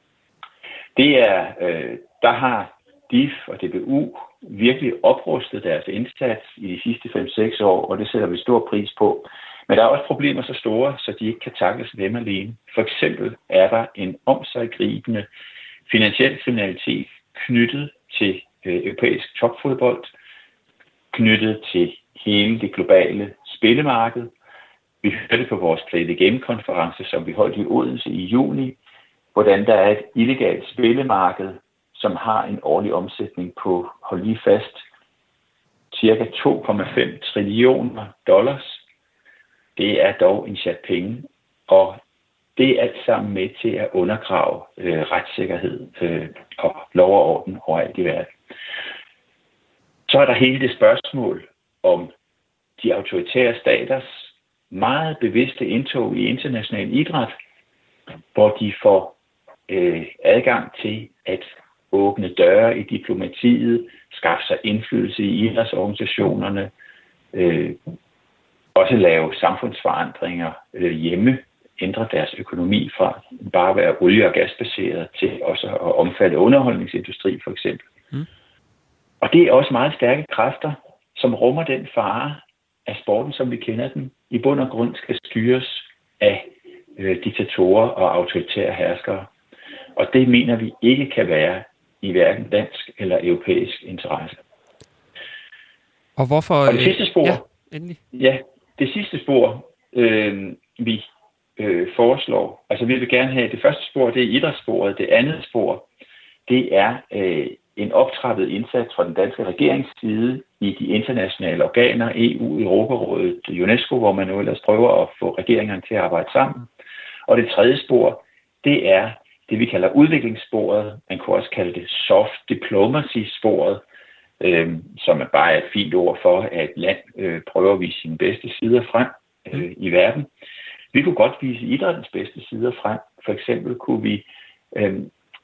Det er, øh, der har D I F og D B U virkelig oprustet deres indsats i de sidste fem seks år, og det sætter vi stor pris på. Men der er også problemer så store, så de ikke kan tackles dem alene. For eksempel er der en omsiggribende finansiel kriminalitet knyttet til øh, europæisk topfodbold, knyttet til hele det globale spillemarked. Vi hørte på vores Play the Game-konference, som vi holdt i Odense i juni, hvordan der er et illegalt spillemarked, som har en årlig omsætning på, hold lige fast, cirka to komma fem trillioner dollars. Det er dog en chat penge, og det er alt sammen med til at undergrave øh, retssikkerhed øh, og lov og orden overalt i verden. Så er der hele det spørgsmål om de autoritære staters meget bevidste indtog i international idræt, hvor de får øh, adgang til at åbne døre i diplomatiet, skaffe sig indflydelse i idrætsorganisationerne, øh, også lave samfundsforandringer øh, hjemme, ændre deres økonomi fra bare at være olie- og gasbaseret til også at omfatte underholdningsindustri for eksempel. Mm. Og det er også meget stærke kræfter, som rummer den fare, at sporten, som vi kender den, i bund og grund skal styres af øh, diktatorer og autoritære herskere. Og det mener vi ikke kan være i hverken dansk eller europæisk interesse. Og hvorfor... Og det sidste spor... Ja, endelig. Ja, det sidste spor, øh, vi øh, foreslår, altså vi vil gerne have, det første spor, det er idrætssporet, det andet spor, det er øh, en optrappet indsats fra den danske regerings side i de internationale organer, E U, Europarådet, UNESCO, hvor man nu ellers prøver at få regeringerne til at arbejde sammen. Og det tredje spor, det er det, vi kalder udviklingssporet. Man kunne også kalde det soft diplomacy-sporet, øh, som er bare et fint ord for, at et land øh, prøver at vise sine bedste sider frem øh, i verden. Vi kunne godt vise idrættens bedste sider frem. For eksempel kunne vi øh,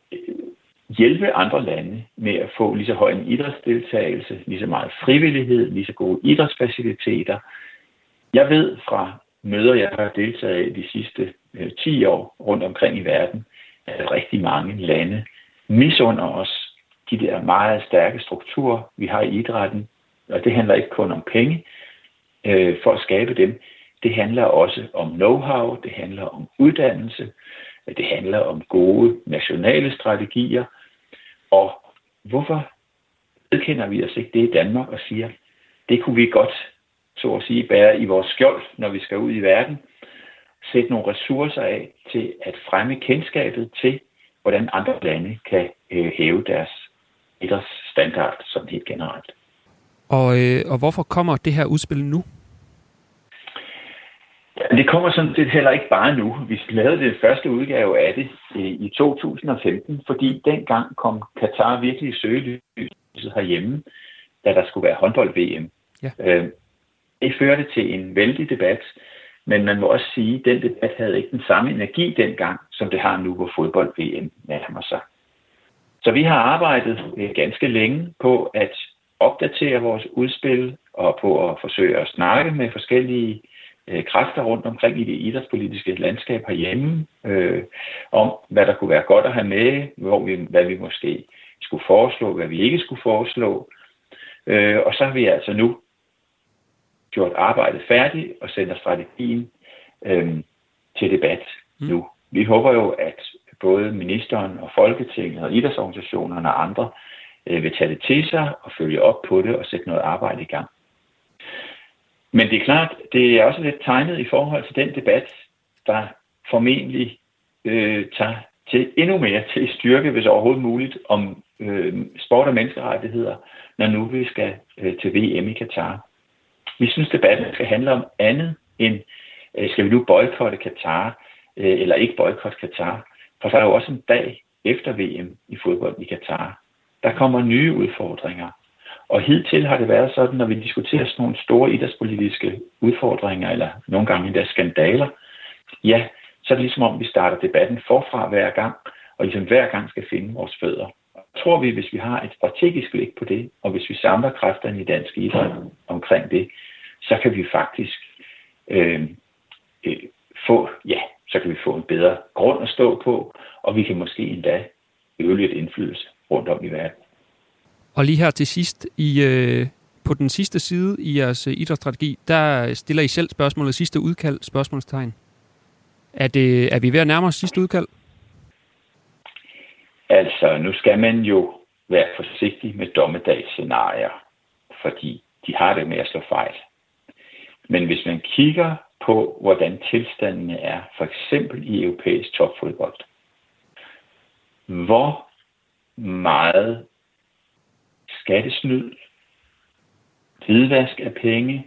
hjælpe andre lande med at få lige så høj en idrætsdeltagelse, lige så meget frivillighed, lige så gode idrætsfaciliteter. Jeg ved fra møder, jeg har deltaget i de sidste øh, ti år rundt omkring i verden, at rigtig mange lande misunder os de der meget stærke strukturer, vi har i idrætten. Og det handler ikke kun om penge øh, for at skabe dem. Det handler også om know-how, det handler om uddannelse, det handler om gode nationale strategier. Og hvorfor vedkender vi os ikke det i Danmark og siger, det kunne vi godt, så at sige, bære i vores skjold, når vi skal ud i verden. Sætte nogle ressourcer af til at fremme kendskabet til, hvordan andre lande kan øh, hæve deres idrætsstandard sådan helt generelt. Og, øh, og hvorfor kommer det her udspil nu? Ja, det kommer sådan set heller ikke bare nu. Vi lavede det første udgave af det øh, i to tusind og femten, fordi dengang kom Katar virkelig i søgelyset herhjemme, da der skulle være håndbold-V M. Ja. Øh, det førte til en vældig debat, men man må også sige, at den debat havde ikke den samme energi dengang, som det har nu, hvor fodbold-V M nærmer sig. Så vi har arbejdet øh, ganske længe på at opdatere vores udspil og på at forsøge at snakke med forskellige øh, kræfter rundt omkring i det idrætspolitiske landskab herhjemme, øh, om hvad der kunne være godt at have med, hvor vi, hvad vi måske skulle foreslå, hvad vi ikke skulle foreslå. Øh, og så har vi altså nu gjort arbejdet færdigt og sender strategien øh, til debat mm. nu. Vi håber jo, at både ministeren og Folketinget og idrætsorganisationerne og andre øh, vil tage det til sig og følge op på det og sætte noget arbejde i gang. Men det er klart, det er også lidt tegnet i forhold til den debat, der formentlig øh, tager til endnu mere til styrke, hvis overhovedet muligt, om øh, sport og menneskerettigheder, når nu vi skal øh, til V M i Katar. Vi synes, debatten skal handle om andet end, øh, skal vi nu boykotte Katar, øh, eller ikke boykotte Katar. For der er jo også en dag efter V M i fodbold i Katar. Der kommer nye udfordringer. Og hidtil har det været sådan, når vi diskuterer sådan nogle store idrætspolitiske udfordringer, eller nogle gange endda skandaler, ja, så er det ligesom om, vi starter debatten forfra hver gang, og ligesom hver gang skal finde vores fødder. Og tror vi, hvis vi har et strategisk blik på det, og hvis vi samler kræfterne i dansk idræt omkring det, så kan vi faktisk øh, øh, få, ja, så kan vi få en bedre grund at stå på, og vi kan måske endda øve lidt indflydelse rundt om i verden. Og lige her til sidst, i, øh, på den sidste side i jeres øh, idrætsstrategi, der stiller I selv spørgsmålet sidste udkald, spørgsmålstegn. Er, det, er vi ved at nærme os sidste udkald? Altså, nu skal man jo være forsigtig med dommedagsscenarier, fordi de har det med at slå fejl. Men hvis man kigger på, hvordan tilstandene er, for eksempel i europæisk topfodbold, hvor meget skattesnyd, hvidvask af penge,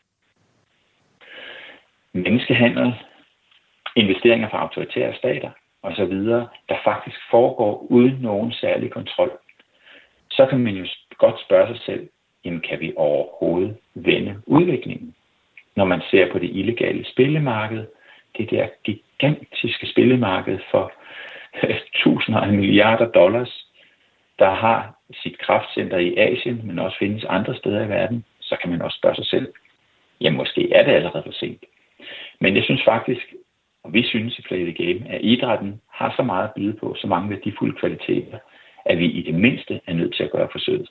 menneskehandel, investeringer fra autoritære stater osv., der faktisk foregår uden nogen særlig kontrol, så kan man jo godt spørge sig selv, jamen kan vi overhovedet vende udviklingen? Når man ser på det illegale spillemarked, det der gigantiske spillemarked for tusinder af milliarder dollars, der har sit kraftcenter i Asien, men også findes andre steder i verden, så kan man også spørge sig selv, jamen måske er det allerede for sent. Men jeg synes faktisk, og vi synes i Play the Game, at idrætten har så meget at byde på, så mange værdifulde kvaliteter, at vi i det mindste er nødt til at gøre forsøget.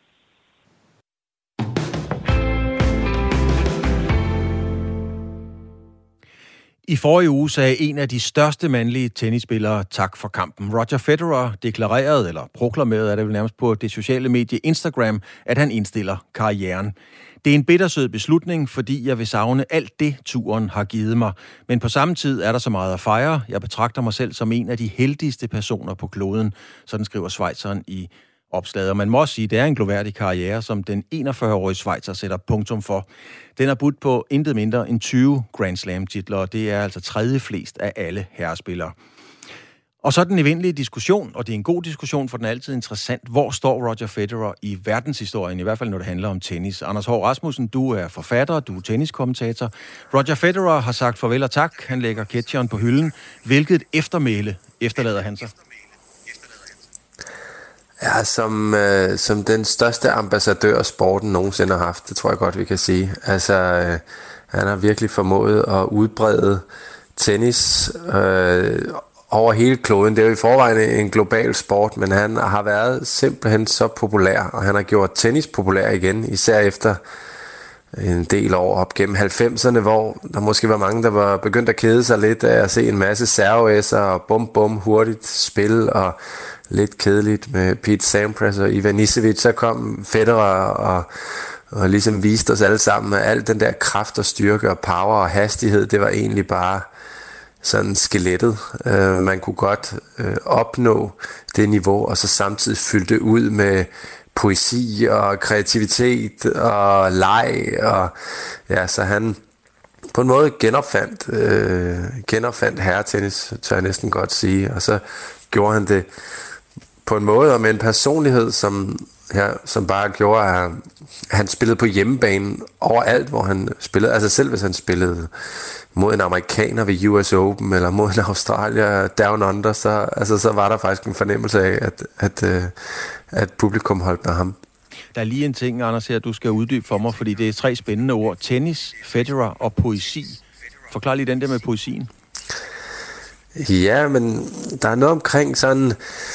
I forrige uge sagde en af de største mandlige tennisspillere tak for kampen. Roger Federer deklarerede, eller proklamerede, er det vel nærmest på det sociale medie Instagram, at han indstiller karrieren. Det er en bittersød beslutning, fordi jeg vil savne alt det, turen har givet mig. Men på samme tid er der så meget at fejre. Jeg betragter mig selv som en af de heldigste personer på kloden, sådan skriver schweizeren i opslaget. Og man må også sige, at det er en gloværdig karriere, som den enogfyrre-årige schweizer sætter punktum for. Den er budt på intet mindre end tyve Grand Slam-titler, og det er altså tredje flest af alle herrespillere. Og så den evindelige diskussion, og det er en god diskussion, for den er altid interessant. Hvor står Roger Federer i verdenshistorien, i hvert fald når det handler om tennis? Anders Haahr Rasmussen, du er forfatter, du er tenniskommentator. Roger Federer har sagt farvel og tak. Han lægger ketcheren på hylden. Hvilket eftermæle efterlader han sig? Ja, som, øh, som den største ambassadør sporten nogensinde har haft, det tror jeg godt, vi kan sige. Altså, øh, han har virkelig formået at udbrede tennis øh, over hele kloden. Det er jo i forvejen en global sport, men han har været simpelthen så populær, og han har gjort tennis populær igen, især efter en del år op gennem halvfemserne, hvor der måske var mange, der var begyndt at kede sig lidt af at se en masse serve-esser og bum-bum hurtigt spil, og lidt kedeligt med Pete Sampras og Ivan Nisevich. Så kom Federer og, og ligesom viste os alle sammen, at al den der kraft og styrke og power og hastighed, det var egentlig bare sådan skelettet. Øh, man kunne godt øh, opnå det niveau, og så samtidig fylde det ud med poesi og kreativitet og leg, og ja, så han på en måde genopfandt, øh, genopfandt herretennis, tør jeg næsten godt sige, og så gjorde han det på en måde og med en personlighed, som, ja, som bare gjorde, at han spillede på hjemmebane overalt, hvor han spillede. Altså selv hvis han spillede mod en amerikaner ved U S Open, eller mod en Australier down under, så, altså, så var der faktisk en fornemmelse af, at, at, at, at publikum holdt med ham. Der er lige en ting, Anders, her, du skal uddybe for mig, fordi det er tre spændende ord. Tennis, Federer og poesi. Forklar lige den der med poesien. Ja, men der er noget omkring sådan,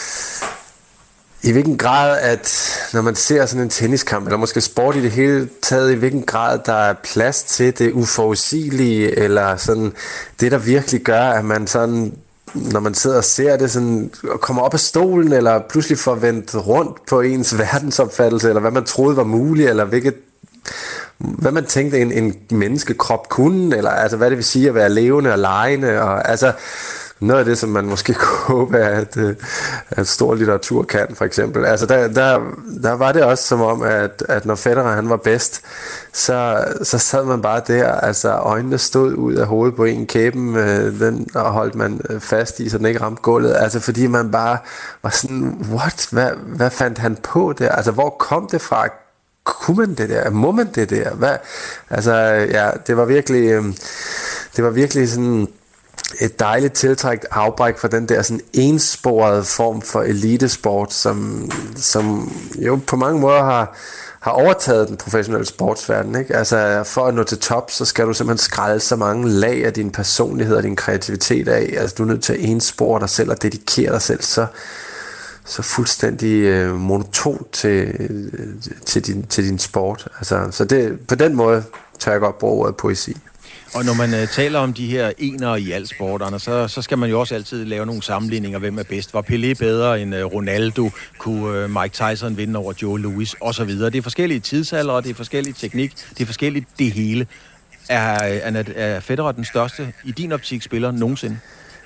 i hvilken grad, at når man ser sådan en tenniskamp, eller måske sport i det hele taget, i hvilken grad der er plads til det uforudsigelige, eller sådan det, der virkelig gør, at man sådan, når man sidder og ser det, sådan, kommer op af stolen, eller pludselig får vendt rundt på ens verdensopfattelse, eller hvad man troede var muligt, eller hvilket, hvad man tænkte en, en menneskekrop kunne, eller altså hvad det vil sige at være levende og legende, og altså noget af det, som man måske kunne håbe, at, at stor litteratur kan, for eksempel. Altså, der, der, der var det også som om, at, at når Federer han var bedst, så, så sad man bare der, altså øjnene stod ud af hovedet på en, kæben, øh, den og holdt man fast i, så den ikke ramte gulvet. Altså, fordi man bare var sådan, what? Hvad, hvad fandt han på der? Altså, hvor kom det fra? Kunne man det der? Må man det der? Hvad? Altså, ja, det var virkelig, øh, det var virkelig sådan et dejligt tiltrækt afbræk fra den der sådan ensporede form for elitesport, som, som jo på mange måder har, har overtaget den professionelle sportsverden, ikke? Altså for at nå til top, så skal du simpelthen skrælle så mange lag af din personlighed og din kreativitet af. Altså du er nødt til at enspore dig selv og dedikere dig selv så, så fuldstændig øh, monoton til, til, din, til din sport. Altså, så det, på den måde tør jeg godt bruge ordet poesi. Og når man uh, taler om de her enere i al sport, Anders, så, så skal man jo også altid lave nogle sammenligninger, hvem er bedst. Var Pelé bedre end uh, Ronaldo? Kunne uh, Mike Tyson vinde over Joe Louis? Og så videre. Det er forskellige tidsalder, det er forskellige teknik, det er forskelligt det hele. Er, er, er Federer den største i din optik spiller nogensinde?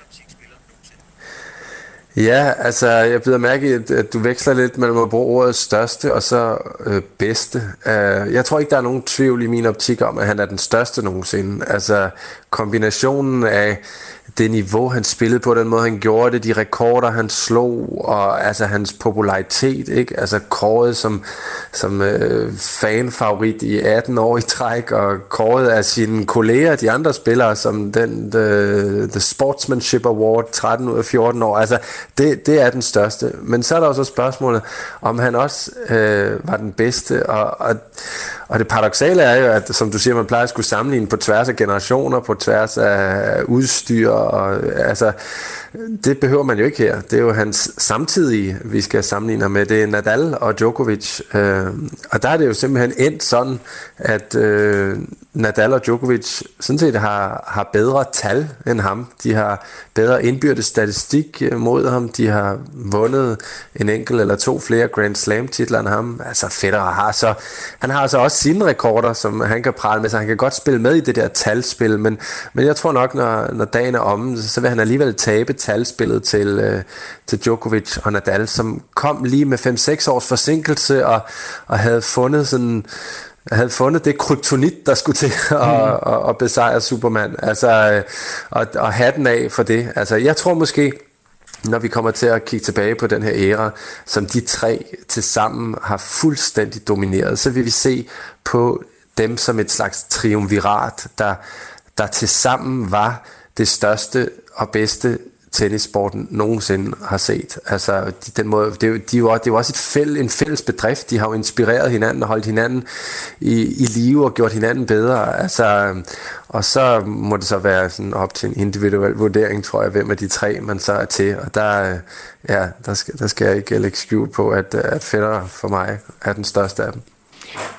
Ja, altså jeg bider mærke i, at du veksler lidt mellem at bruge ordet største og så øh, bedste. Uh, jeg tror ikke, der er nogen tvivl i min optik om, at han er den største nogensinde. Altså kombinationen af det niveau, han spillede på, den måde, han gjorde det, de rekorder, han slog, og altså hans popularitet, ikke? Altså kåret som, som øh, fanfavorit i atten år i træk, og kåret af sine kolleger, de andre spillere, som den the, the Sportsmanship Award, tretten ud af fjorten år. Altså, det, det er den største. Men så er der også spørgsmålet, om han også øh, var den bedste, og, og, og det paradoksale er jo, at som du siger, man plejer at skulle sammenligne på tværs af generationer, på tværs af udstyr, og altså, det behøver man jo ikke her. Det er jo hans samtidige, vi skal sammenligne med. Det er Nadal og Djokovic. Øh, og der er det jo simpelthen endt sådan, at øh, Nadal og Djokovic sådan set har, har bedre tal end ham. De har bedre indbyrdes statistik mod ham. De har vundet en enkelt eller to flere Grand Slam titler end ham. Altså Federer har så, han har så også sine rekorder, som han kan prale med, så han kan godt spille med i det der talspil, men, men jeg tror nok, når, når dagen er omme, så vil han alligevel tabe talspillet til, øh, til Djokovic og Nadal, som kom lige med fem seks års forsinkelse og, og havde fundet sådan havde fundet det kryptonit, der skulle til at, mm. at, at besejre Superman. Altså, og, og hatten af for det. Altså, jeg tror måske, når vi kommer til at kigge tilbage på den her æra, som de tre til sammen har fuldstændig domineret, så vil vi se på dem som et slags triumvirat, der, der til sammen var det største og bedste tennissporten nogensinde har set. Altså, den måde, det, er jo, de er jo, det er jo også et fæld, en fælles bedrift. De har jo inspireret hinanden og holdt hinanden i, i live og gjort hinanden bedre. Altså, og så må det så være sådan op til en individuel vurdering, tror jeg, hvem af de tre man så er til. Og der, ja, der, skal, der skal jeg ikke lægge skjul på, at, at Federer for mig er den største af dem.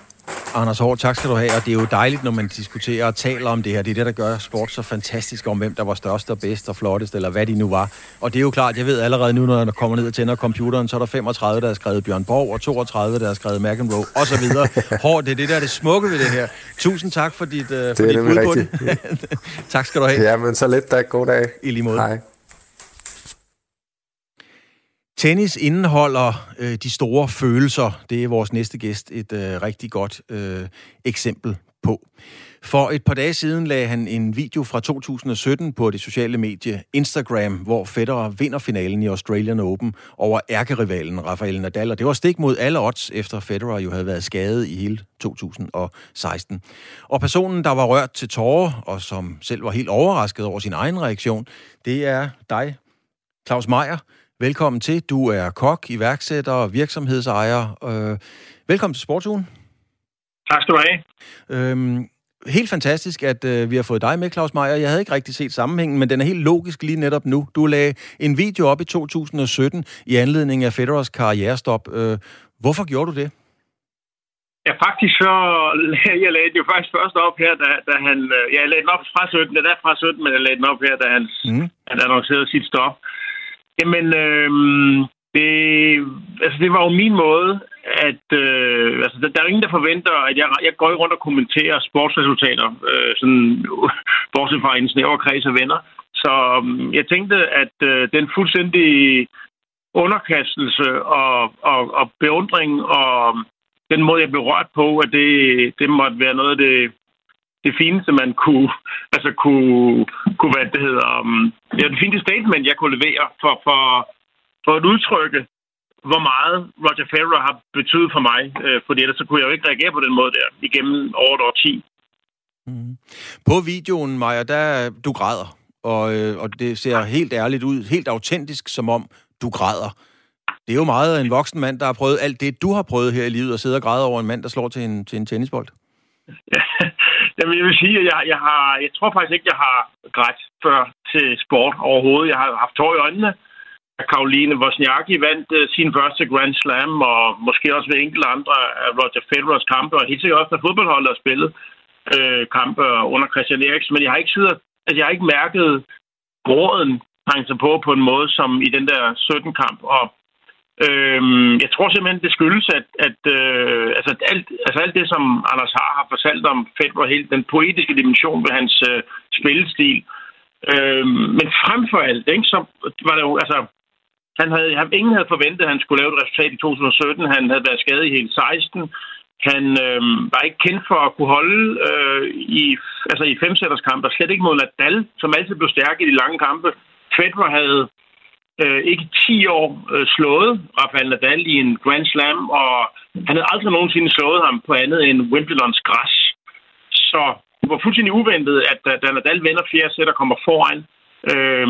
Anders Hård, tak skal du have. Og det er jo dejligt, når man diskuterer og taler om det her. Det er det, der gør sport så fantastisk, om hvem der var størst og bedst og flottest, eller hvad de nu var. Og det er jo klart, jeg ved allerede nu, når jeg kommer ned og tænder computeren, så er der femogtredive, der har skrevet Bjørn Borg, og toogtredive, der har skrevet McEnroe, og så videre. Hård, det er det, der er det smukke ved det her. Tusind tak for dit, uh, for dit bud på det. Tak skal du have. Ja, men så lidt da. God dag. I lige måde. Hej. Tennis indeholder øh, de store følelser. Det er vores næste gæst et øh, rigtig godt øh, eksempel på. For et par dage siden lagde han en video fra to tusind og sytten på det sociale medie Instagram, hvor Federer vinder finalen i Australian Open over ærkerivalen Rafael Nadal. Og det var stik mod alle odds, efter Federer jo havde været skadet i hele to tusind og seksten. Og personen, der var rørt til tårer, og som selv var helt overrasket over sin egen reaktion, det er dig, Claus Meyer. Velkommen til. Du er kok, iværksætter og virksomhedsejer. Øh, velkommen til Sportsugen. Tak skal du have. Øhm, helt fantastisk, at øh, vi har fået dig med, Claus Meyer. Jeg havde ikke rigtig set sammenhængen, men den er helt logisk lige netop nu. Du lagde en video op i to tusind og sytten i anledning af Federers karrierestop. Øh, hvorfor gjorde du det? Ja, faktisk så jeg lagde det jo faktisk først op her, da, da han... Jeg lagde den op fra sytten, det er fra sytten, men jeg lagde den op her, da han, mm. han annoncerede sit stop. Jamen, øh, det, altså, det var jo min måde, at øh, altså, der, der er ingen, der forventer, at jeg, jeg går rundt og kommenterer sportsresultater, øh, sådan, bortset fra en snæver kreds af venner. Så øh, jeg tænkte, at øh, den fuldstændig underkastelse og, og, og beundring og den måde, jeg blev rørt på, at det, det måtte være noget af det, det fineste, man kunne, altså kunne, kunne hvad det hedder, um, det er det fineste statement, jeg kunne levere for, for, for at udtrykke, hvor meget Roger Federer har betydet for mig, øh, fordi ellers så kunne jeg jo ikke reagere på den måde der igennem over et årti. Mm. På videoen, Maja, der du græder, og, øh, og det ser helt ærligt ud, helt autentisk, som om du græder. Det er jo meget af en voksen mand, der har prøvet alt det, du har prøvet her i livet, og sidde og græde over en mand, der slår til en, til en tennisbold. Jamen, jeg vil sige, at jeg, jeg, har, jeg tror faktisk ikke, jeg har grædt før til sport overhovedet. Jeg har haft tår i øjnene. Caroline Wozniacki vandt uh, sin første Grand Slam, og måske også ved enkelte andre af Roger Federers kampe, og helt sikkert også, når fodboldholdet har spillet øh, kampe under Christian Eriksen. Men jeg har ikke siddet, altså, jeg har ikke mærket gråden hænge sig på på en måde, som i den der sytten-kamp. Og Øhm, jeg tror simpelthen, det skyldes, at, at øh, altså, alt, altså alt det, som Anders Haar har fortalt om Federer, helt den poetiske dimension ved hans øh, spillestil. Øhm, men frem for alt, ikke, så var det jo, altså, han havde, han, ingen havde forventet, at han skulle lave et resultat i to tusind og sytten. Han havde været skadet i hele seksten. Han øh, var ikke kendt for at kunne holde øh, i, altså i femsætterskampe, og slet ikke mod Nadal, som altid blev stærk i de lange kampe. Federer havde Øh, ikke ti år øh, slået Rafael Nadal i en Grand Slam, og han havde aldrig nogensinde slået ham på andet end Wimbledons græs. Så det var fuldstændig uventet, at da Nadal vinder fjerde sæt og kommer foran, øh,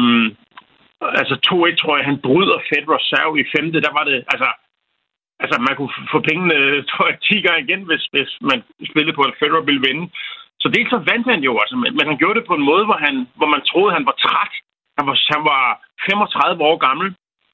altså to et, tror jeg, han bryder Federers serve i femte. Der var det, altså, altså man kunne få pengene, tror jeg, ti gange igen, hvis, hvis man spillede på, at Federer ville vinde. Så det så vandt han jo, altså, men han gjorde det på en måde, hvor, han, hvor man troede, han var træt. Han var, han var femogtredive år gammel.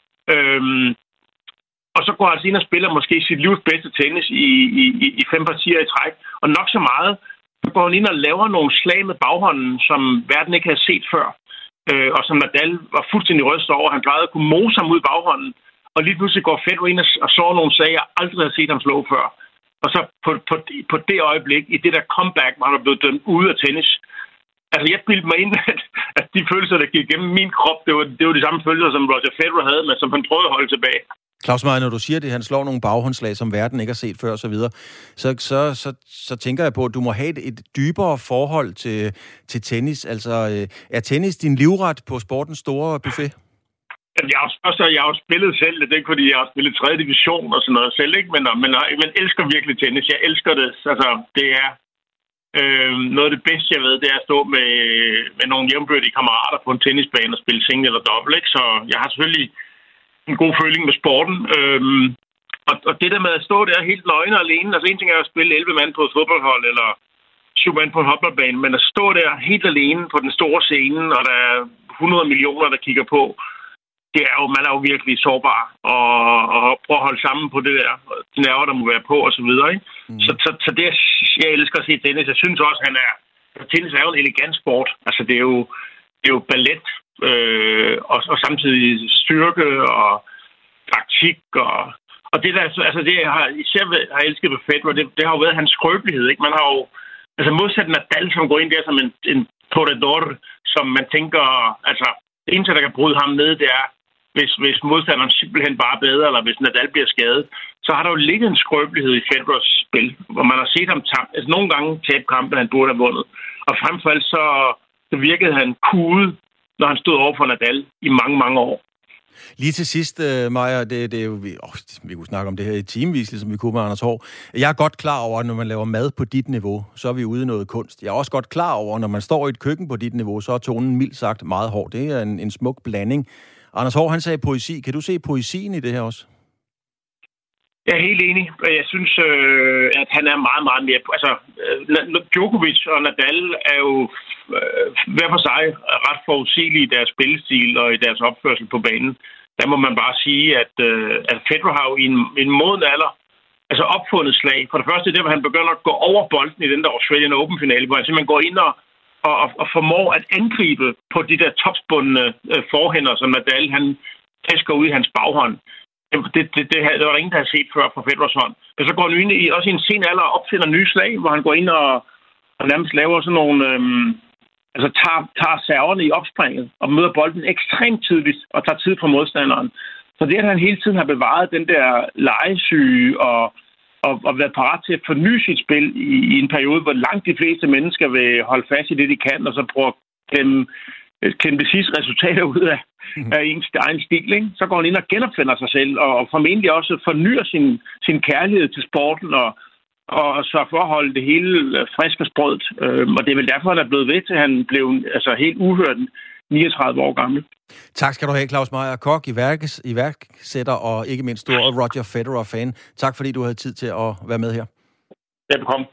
Øhm, og så går han ind og spiller måske sit livs bedste tennis i, i, i fem partier i træk. Og nok så meget, så går han ind og laver nogle slag med baghånden, som verden ikke havde set før. Øh, og som Nadal var fuldstændig rystet over. Han plejede at kunne mose ham ud i baghånden. Og lige pludselig går Federer ind og slår nogle slag, jeg aldrig havde set ham slå før. Og så på, på, på det øjeblik, i det der comeback, hvor han er blevet dømt ude af tennis. Altså, jeg bildte mig ind, at, at de følelser, der gik igennem min krop, det var, det var de samme følelser, som Roger Federer havde, men som han prøvede at holde tilbage. Claus Meyer, når du siger det, han slår nogle baghåndslag, som verden ikke har set før, og så videre, så, så, så, så tænker jeg på, at du må have et, et dybere forhold til, til tennis. Altså, er tennis din livret på sportens store buffet? Jeg har, også, jeg har jo spillet selv, det er ikke fordi, jeg har spillet tredje division og sådan noget selv, ikke? Men, men, men elsker virkelig tennis. Jeg elsker det. Altså, det er øh, noget af det bedste, jeg ved, det er at stå med, med nogle jævnbyrdige kammerater på en tennisbane og spille single eller dobbelt, ikke? Så jeg har selvfølgelig en god føling med sporten. Øhm, og, og det der med at stå der helt nøgne og alene, altså en ting er at spille elleve mand på et fodboldhold, eller syv mand på en håndboldbane, men at stå der helt alene på den store scene, og der er hundrede millioner, der kigger på, det er jo, man er jo virkelig sårbar, og, og prøve at holde sammen på det der, de nerver, der må være på, og så videre, ikke? Mm. Så, så, så det, jeg elsker at se tennis, jeg synes også, han er, tennis er jo en elegant sport, altså det er jo, det er jo ballet, øh, og, og samtidig styrke, og praktik, og, og det der, altså det, jeg har især har elsket ved Federer, det, det har jo været hans skrøbelighed, ikke? Man har jo, altså modsat Nadal, som går ind der som en, en toreador, som man tænker, altså, det eneste, der kan bryde ham ned, det er, hvis, hvis modstanderen simpelthen bare er bedre, eller hvis Nadal bliver skadet, så har der jo ligget en skrøbelighed i Federers spil, hvor man har set ham tabt. Altså nogle gange tabe kampen, han burde have vundet. Og frem for alt så, så virkede han kude, når han stod over for Nadal i mange, mange år. Lige til sidst, uh, Maja, det, det er jo, vi, oh, vi kunne snakke om det her i timevis, ligesom vi kunne med Anders Haahr. Jeg er godt klar over, at når man laver mad på dit niveau, så er vi ude i noget kunst. Jeg er også godt klar over, at når man står i et køkken på dit niveau, så er tonen mildt sagt meget hård. Det er en, en smuk blanding. Anders Haahr, han sagde poesi. Kan du se poesien i det her også? Jeg er helt enig. Jeg synes, øh, at han er meget, meget mere... Altså, øh, Djokovic og Nadal er jo øh, hver for sig ret forudsigelige i deres spillestil og i deres opførsel på banen. Der må man bare sige, at, øh, at Federer har jo i en, en moden alder altså opfundet slag. For det første, det var, at han begynder at gå over bolden i den der Australian Open-finale, hvor han simpelthen går ind og, og, og formår at angribe på de der topspundne øh, forhænder, som Nadal han tæsker ud i hans baghånd. Det, det, det, det, det var der ingen, der har set før fra Federers hånd. Men så går han ind i, også i en sen alder og opfinder nye slag, hvor han går ind og, og nærmest laver sådan nogle... Øhm, altså tager, tager serverne i opspringet og møder bolden ekstremt tidligt og tager tid fra modstanderen. Så det, at han hele tiden har bevaret den der legesyge og, og, og været parat til at forny sit spil i, i en periode, hvor langt de fleste mennesker vil holde fast i det, de kan, og så prøve at klemme, klemme det sidste resultater ud af, mm. af ens egen stil. Ikke? Så går han ind og genopfinder sig selv, og, og formentlig også fornyer sin, sin kærlighed til sporten, og og så for at holde det hele frisk og sprødt. Og det er vel derfor, han er blevet ved til, at han blev altså, helt uhørt niogtredive år gammel. Tak skal du have, Claus Meyer Koch, iværks, iværksætter og ikke mindst stor Roger Federer-fan. Tak fordi du havde tid til at være med her. Velkommen.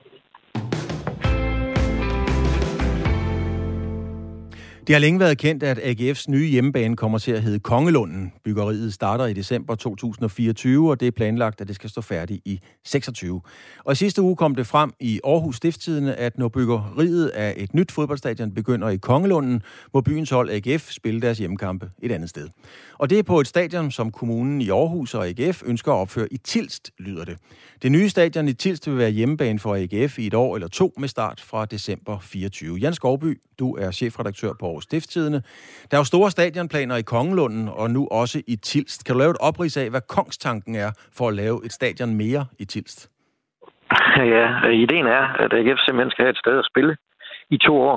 Det har længe været kendt, at A G F's nye hjemmebane kommer til at hedde Kongelunden. Byggeriet starter i december to tusind og fireogtyve, og det er planlagt, at det skal stå færdigt i seksogtyve. Og i sidste uge kom det frem i Aarhus Stiftstidende, at når byggeriet af et nyt fodboldstadion begynder i Kongelunden, må byens hold A G F spille deres hjemmekampe et andet sted. Og det er på et stadion, som kommunen i Aarhus og A G F ønsker at opføre i Tilst, lyder det. Det nye stadion i Tilst vil være hjemmebane for A G F i et år eller to med start fra december fireogtyve. Jan Skovby, du er chefredaktør på Aarhus Stiftstidende. Der er jo store stadionplaner i Kongelunden og nu også i Tilst. Kan du lave et oprids af, hvad kongstanken er for at lave et stadion mere i Tilst? Ja, ideen er, at A G F simpelthen skal have et sted at spille i to år.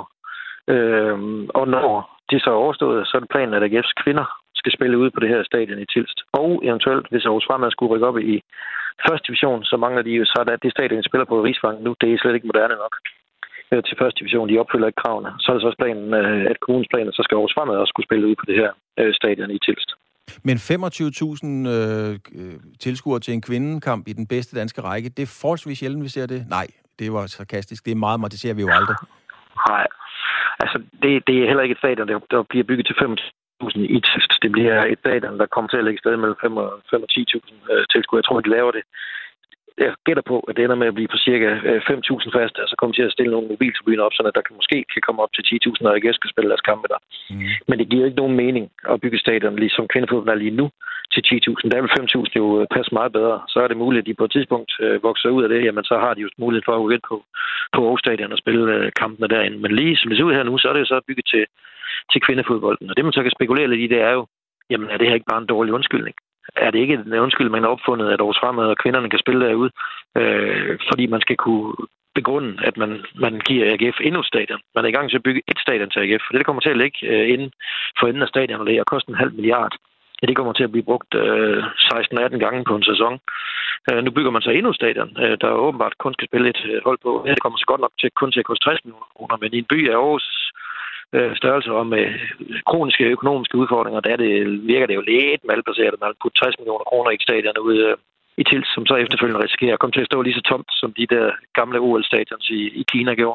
Øhm, og når det så er overstået, så er det planen, at A G F's kvinder skal spille ude på det her stadion i Tilst. Og eventuelt, hvis Aarhus Fremad skulle rykke op i første division, så mangler de jo så, at det stadion, de spiller på Rigsvangen nu, det er slet ikke moderne nok til første division. De opfylder ikke kravene. Så er det så også planen, at kommunens planer, så skal Aarhus Fremad også skulle spille ud på det her stadion i Tilst. Men femogtyve tusind øh, tilskuere til en kvindekamp i den bedste danske række, det er forholdsvis sjældent, vi ser det. Nej, det var sarkastisk. Det er meget, meget, det ser vi jo aldrig. Nej, altså det, det er heller ikke et stadion, der, der bliver bygget til femogtyve tusind i Tilst. Det bliver et stadion, der kommer til at lægge sted mellem fem og ti tusind øh, tilskuere. Jeg tror, de laver det. Jeg gætter på, at det ender med at blive på cirka fem tusind faste, og så kommer de til at stille nogle mobiltribuner op, så der kan måske kan komme op til ti tusind, når A G F skal spille deres kampe der. Mm. Men det giver ikke nogen mening at bygge stadion, ligesom kvindefodbold er lige nu, til ti tusind. Der vil fem tusind jo passe meget bedre. Så er det muligt, at de på et tidspunkt øh, vokser ud af det, jamen så har de jo mulighed for at gå ind på, på Aarhus Stadion og spille øh, kampene derinde. Men lige som det ser ud her nu, så er det jo så bygget til, til kvindefodbolden. Og det man så kan spekulere lidt i, det er jo, jamen er det her ikke bare en dårlig undskyldning? Er det ikke en undskyld, man har opfundet, at Aarhus Fremad og kvinderne kan spille derude, øh, fordi man skal kunne begrunde, at man, man giver A G F endnu et stadion. Man er i gang til at bygge et stadion til A G F, for det kommer til at ligge øh, inden for enden af stadionet og koste en halv milliard. Ja, det kommer til at blive brugt øh, seksten atten gange på en sæson. Øh, nu bygger man så endnu et stadion, øh, der åbenbart kun skal spille et øh, hold på. Ja, det kommer så godt nok til kun til at koste tres millioner kroner, men i en by af Aarhus størrelse og med kroniske økonomiske udfordringer, der det, virker det jo lidt malplaceret, at man har puttet tres millioner kroner i stadion ude i Tilst, som så efterfølgende risikerer at komme til at stå lige så tomt, som de der gamle O L-stadions i, i Kina gjorde.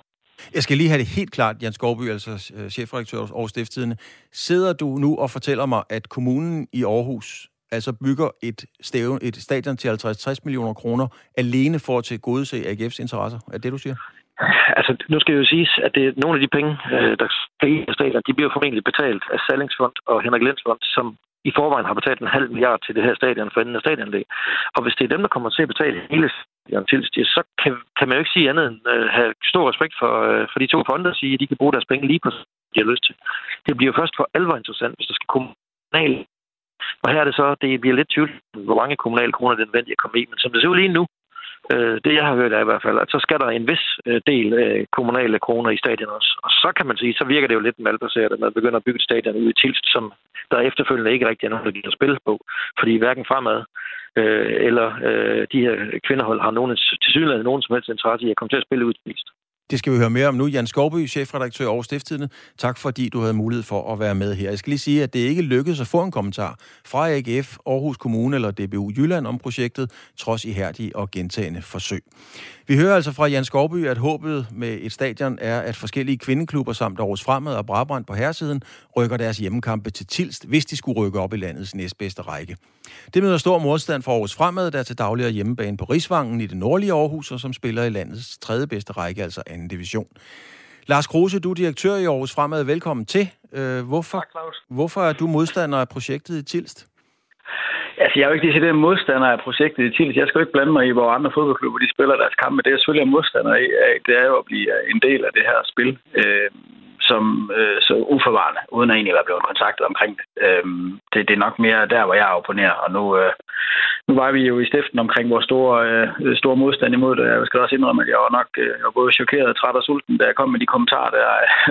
Jeg skal lige have det helt klart, Jan Skovby, altså chefredaktør over Stiftstidende. Sidder du nu og fortæller mig, at kommunen i Aarhus altså bygger et, stævn, et stadion til halvtreds til tres millioner kroner alene for at tilgodese A G F's interesser? Er det, du siger? Altså, nu skal jeg jo sige, at det er nogle af de penge, der skal i stadion, de bliver formentlig betalt af Sallingsfond og Henrik Lenz Fond, som i forvejen har betalt en halv milliard til det her stadion for enden af stadionanlæg. Og hvis det er dem, der kommer til at betale hele stadion til, så kan, kan man jo ikke sige andet end uh, have stor respekt for, uh, for de to fonder og sige, at de kan bruge deres penge lige på, de har lyst til. Det bliver jo først for alvor interessant, hvis der skal kommunale. Og her er det så, det bliver lidt tvivl, hvor mange kommunale kroner det er nødvendigt at komme i. Men som det ser ud lige nu, uh, det jeg har hørt er i hvert fald, at så skal der en vis uh, del af uh, kommunale kroner i stadion også. Og så kan man sige, så virker det jo lidt malplaceret, at man begynder at bygge et stadion ud i Tilst, som der efterfølgende ikke rigtig er nogen, der giver spil på. Fordi hverken Fremad øh, eller øh, de her kvinderhold har nogen, tilsyneladende nogen som helst interesse i at komme til at spille ud til Tilst. Det skal vi høre mere om nu. Jan Skovby, chefredaktør over Stiftstidende. Tak fordi du havde mulighed for at være med her. Jeg skal lige sige, at det ikke lykkedes at få en kommentar fra A G F, Aarhus Kommune eller D B U Jylland om projektet, trods ihærdige og gentagende forsøg. Vi hører altså fra Jan Skovby, at håbet med et stadion er, at forskellige kvindeklubber samt Aarhus Fremad og Brabrand på herresiden rykker deres hjemmekampe til Tilst, hvis de skulle rykke op i landets næstbedste række. Det møder stor modstand for Aarhus Fremad, der til daglig er hjemmebane på Risvangen i det nordlige Aarhus, og som spiller i landets tredje bedste række, altså anden division. Lars Kruse, du er direktør i Aarhus Fremad. Velkommen til. Øh, hvorfor, tak, Claus. Hvorfor er du modstander af projektet i Tilst? Altså, jeg er jo ikke decideret modstander af projektet i Tilst. Jeg skal jo ikke blande mig i, hvor andre fodboldklubber de spiller deres kampe. Det er jeg selvfølgelig modstander af. Det er jo at blive en del af det her spil, øh, som øh, så uforvarende, uden at egentlig være blevet kontaktet omkring det. Øh, det. Det er nok mere der, hvor jeg opponerer. Og nu, øh, nu var vi jo i stiften omkring vores store, øh, store modstand imod det. Jeg skal også indrømme, at jeg var nok øh, jeg var både chokeret, træt og sulten, da jeg kom med de kommentarer der.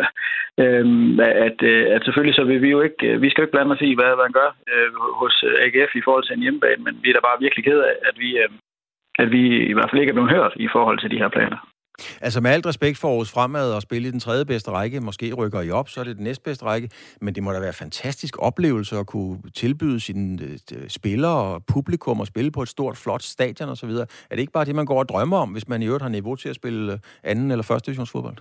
øh, at, øh, at selvfølgelig så vil vi jo ikke, vi skal jo ikke blande os i, hvad man gør øh, hos A G F i forhold til en hjemmebane, men vi er da bare virkelig ked af, at vi, øh, at vi i hvert fald ikke er blevet hørt i forhold til de her planer. Altså med alt respekt for Aarhus Fremad og spille i den tredje bedste række, måske rykker I op, så er det den næstbedste række, men det må da være en fantastisk oplevelse at kunne tilbyde sine spillere og publikum og spille på et stort, flot stadion og så videre. Er det ikke bare det, man går og drømmer om, hvis man i øvrigt har niveau til at spille anden eller første divisionsfodbold?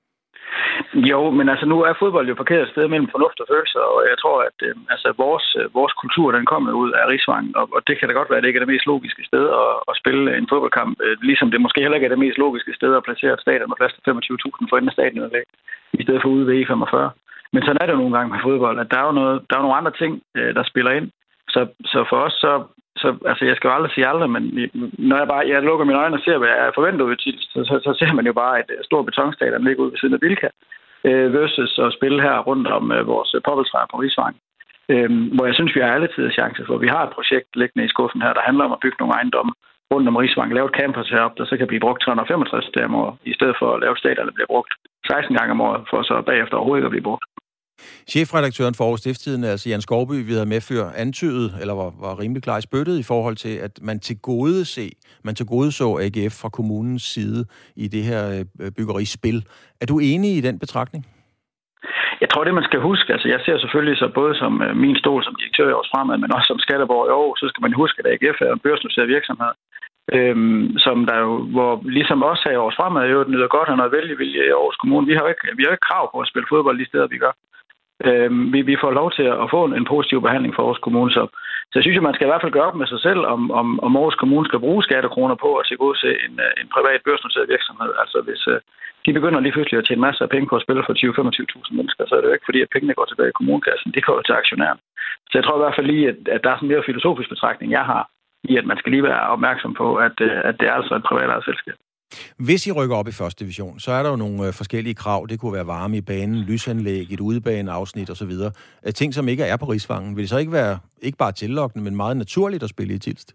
Jo, men altså nu er fodbold jo parkeret et sted mellem fornuft og følelser, og jeg tror, at øh, altså, vores, øh, vores kultur, den kommer ud af Risvangen, og, og det kan da godt være, at det ikke er det mest logiske sted at, at spille en fodboldkamp, øh, ligesom det måske heller ikke er det mest logiske sted at placere et stadion med plads til femogtyve tusind for enden af stadionanlæg, i stedet for ude ved E femogfyrre. Men sådan er det jo nogle gange med fodbold, at der er jo, noget, der er nogle andre ting, øh, der spiller ind. Så, så for os, så, så altså jeg skal jo aldrig sige aldrig, men når jeg bare jeg lukker mine øjne og ser, hvad jeg forventer ud til, så, så, så ser man jo bare et stort betonstadion ligge ud ved siden af Bilka, versus at spille her rundt om uh, vores poppeltræer på Risvangen. Øhm, hvor jeg synes, vi har alle tider chance for. Vi har et projekt liggende i skuffen her, der handler om at bygge nogle ejendomme rundt om Risvangen, lave et campus heroppe, der så kan blive brugt tre hundrede og femogtres dage om året, i stedet for at lave et stadion, der bliver brugt seksten gange om året, for så bagefter overhovedet ikke at blive brugt. Chefredaktøren for Aarhus Stiftstidende, altså Jan Skovby, vi havde med før antydet, eller var, var rimelig klar i spyttet i forhold til, at man til gode se, man til gode så A G F fra kommunens side i det her byggerispil. Er du enig i den betragtning? Jeg tror, det man skal huske, altså jeg ser selvfølgelig så både som uh, min stol som direktør i Aarhus Fremad, men også som skatteborger i Aarhus, så skal man huske, at A G F er en børsnoteret virksomhed, øhm, som der jo, hvor ligesom os her i Aarhus Fremad, jo nyder godt af noget vælgevilje i Aarhus Kommune. Vi har jo ikke, vi har jo ikke krav på at spille fodbold de steder, vi gør. Øhm, vi, vi får lov til at få en, en positiv behandling for Aarhus Kommune, så, så jeg synes, at man skal i hvert fald gøre op med sig selv, om, om, om Aarhus Kommune skal bruge skattekroner på at tilgodese en, en privat børsnoteret virksomhed. Altså hvis uh, de begynder lige pludselig at tjene masser af penge på at spille for tyve til femogtyve tusind mennesker, så er det jo ikke fordi, at pengene går tilbage i kommunekassen. Det går jo til aktionæren. Så jeg tror i hvert fald lige, at, at der er sådan en mere filosofisk betragtning, jeg har, i at man skal lige være opmærksom på, at, at det er altså et privat ejet selskab. Hvis I rykker op i første division, så er der jo nogle øh, forskellige krav. Det kunne være varme i banen, lysanlæg, et udebaneafsnit osv. Ting, som ikke er på Risvangen. Vil det så ikke være ikke bare tillokkende, men meget naturligt at spille i Tilst?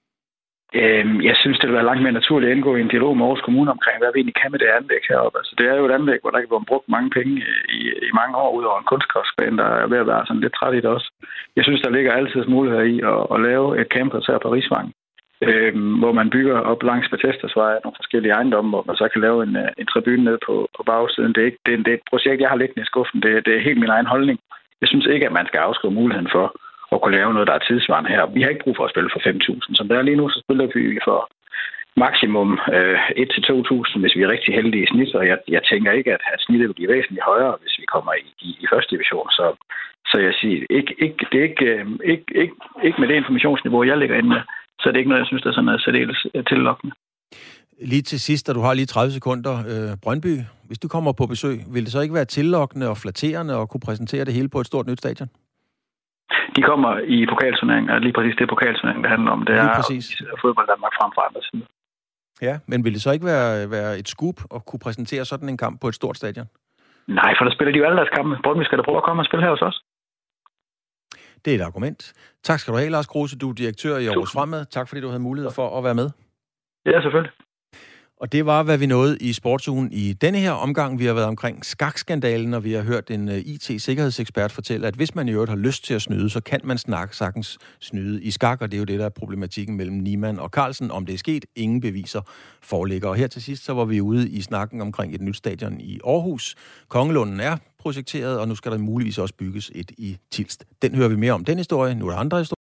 Øhm, jeg synes, det vil være langt mere naturligt at indgå i en dialog med Aarhus Kommune omkring, hvad vi egentlig kan med det anlæg heroppe. Altså, det er jo et anlæg, hvor der kan blive brugt mange penge i, i mange år, ud over en kunstgræsbane, der er ved at være sådan lidt træt i det også. Jeg synes, der ligger altid muligheder i at, at lave et campus her på Risvangen, øhm, hvor man bygger op langs Bethesdasvej nogle forskellige ejendomme, hvor man så kan lave en, en tribune ned på, på bagsiden. Det er, ikke, det, er, det er et projekt, jeg har liggende i skuffen. Det, det er helt min egen holdning. Jeg synes ikke, at man skal afskrive muligheden for at kunne lave noget, der er tidsvarende her. Vi har ikke brug for at spille for fem tusind. Som det er lige nu, så spiller vi for maksimum øh, et til to tusind, hvis vi er rigtig heldige i snit, og jeg, jeg tænker ikke, at, at snittet vil blive væsentligt højere, hvis vi kommer i, i, i første division. Så, så jeg siger, ikke, ikke, det er ikke, øh, ikke, ikke, ikke med det informationsniveau, jeg ligger inde med, så det er ikke noget, jeg synes, der er sådan særdeles tillokkende. Lige til sidst, da du har lige tredive sekunder, øh, Brøndby, hvis du kommer på besøg, vil det så ikke være tillokkende og flatterende at kunne præsentere det hele på et stort nyt stadion? De kommer i pokalturneringen, og lige præcis det pokalturneringen, det handler om, det lige er præcis. Fodbold Danmark frem for andre side. Ja, men vil det så ikke være, være et scoop at kunne præsentere sådan en kamp på et stort stadion? Nej, for der spiller de jo alle deres kampe. Brøndby skal da prøve at komme og spille her hos os. Det er et argument. Tak skal du have, Lars Kruse. Du er direktør i Aarhus Fremad. Tak fordi du havde mulighed for at være med. Ja, selvfølgelig. Og det var, hvad vi nåede i sportsugen i denne her omgang. Vi har været omkring skakskandalen, og vi har hørt en I T-sikkerhedsekspert fortælle, at hvis man i øvrigt har lyst til at snyde, så kan man snakke sagtens snyde i skak, og det er jo det, der er problematikken mellem Niemann og Carlsen. Om det er sket, ingen beviser foreligger. Og her til sidst, så var vi ude i snakken omkring et nyt stadion i Aarhus. Kongelunden er projekteret, og nu skal der muligvis også bygges et i Tilst. Den hører vi mere om, den historie. Nu er der andre historier.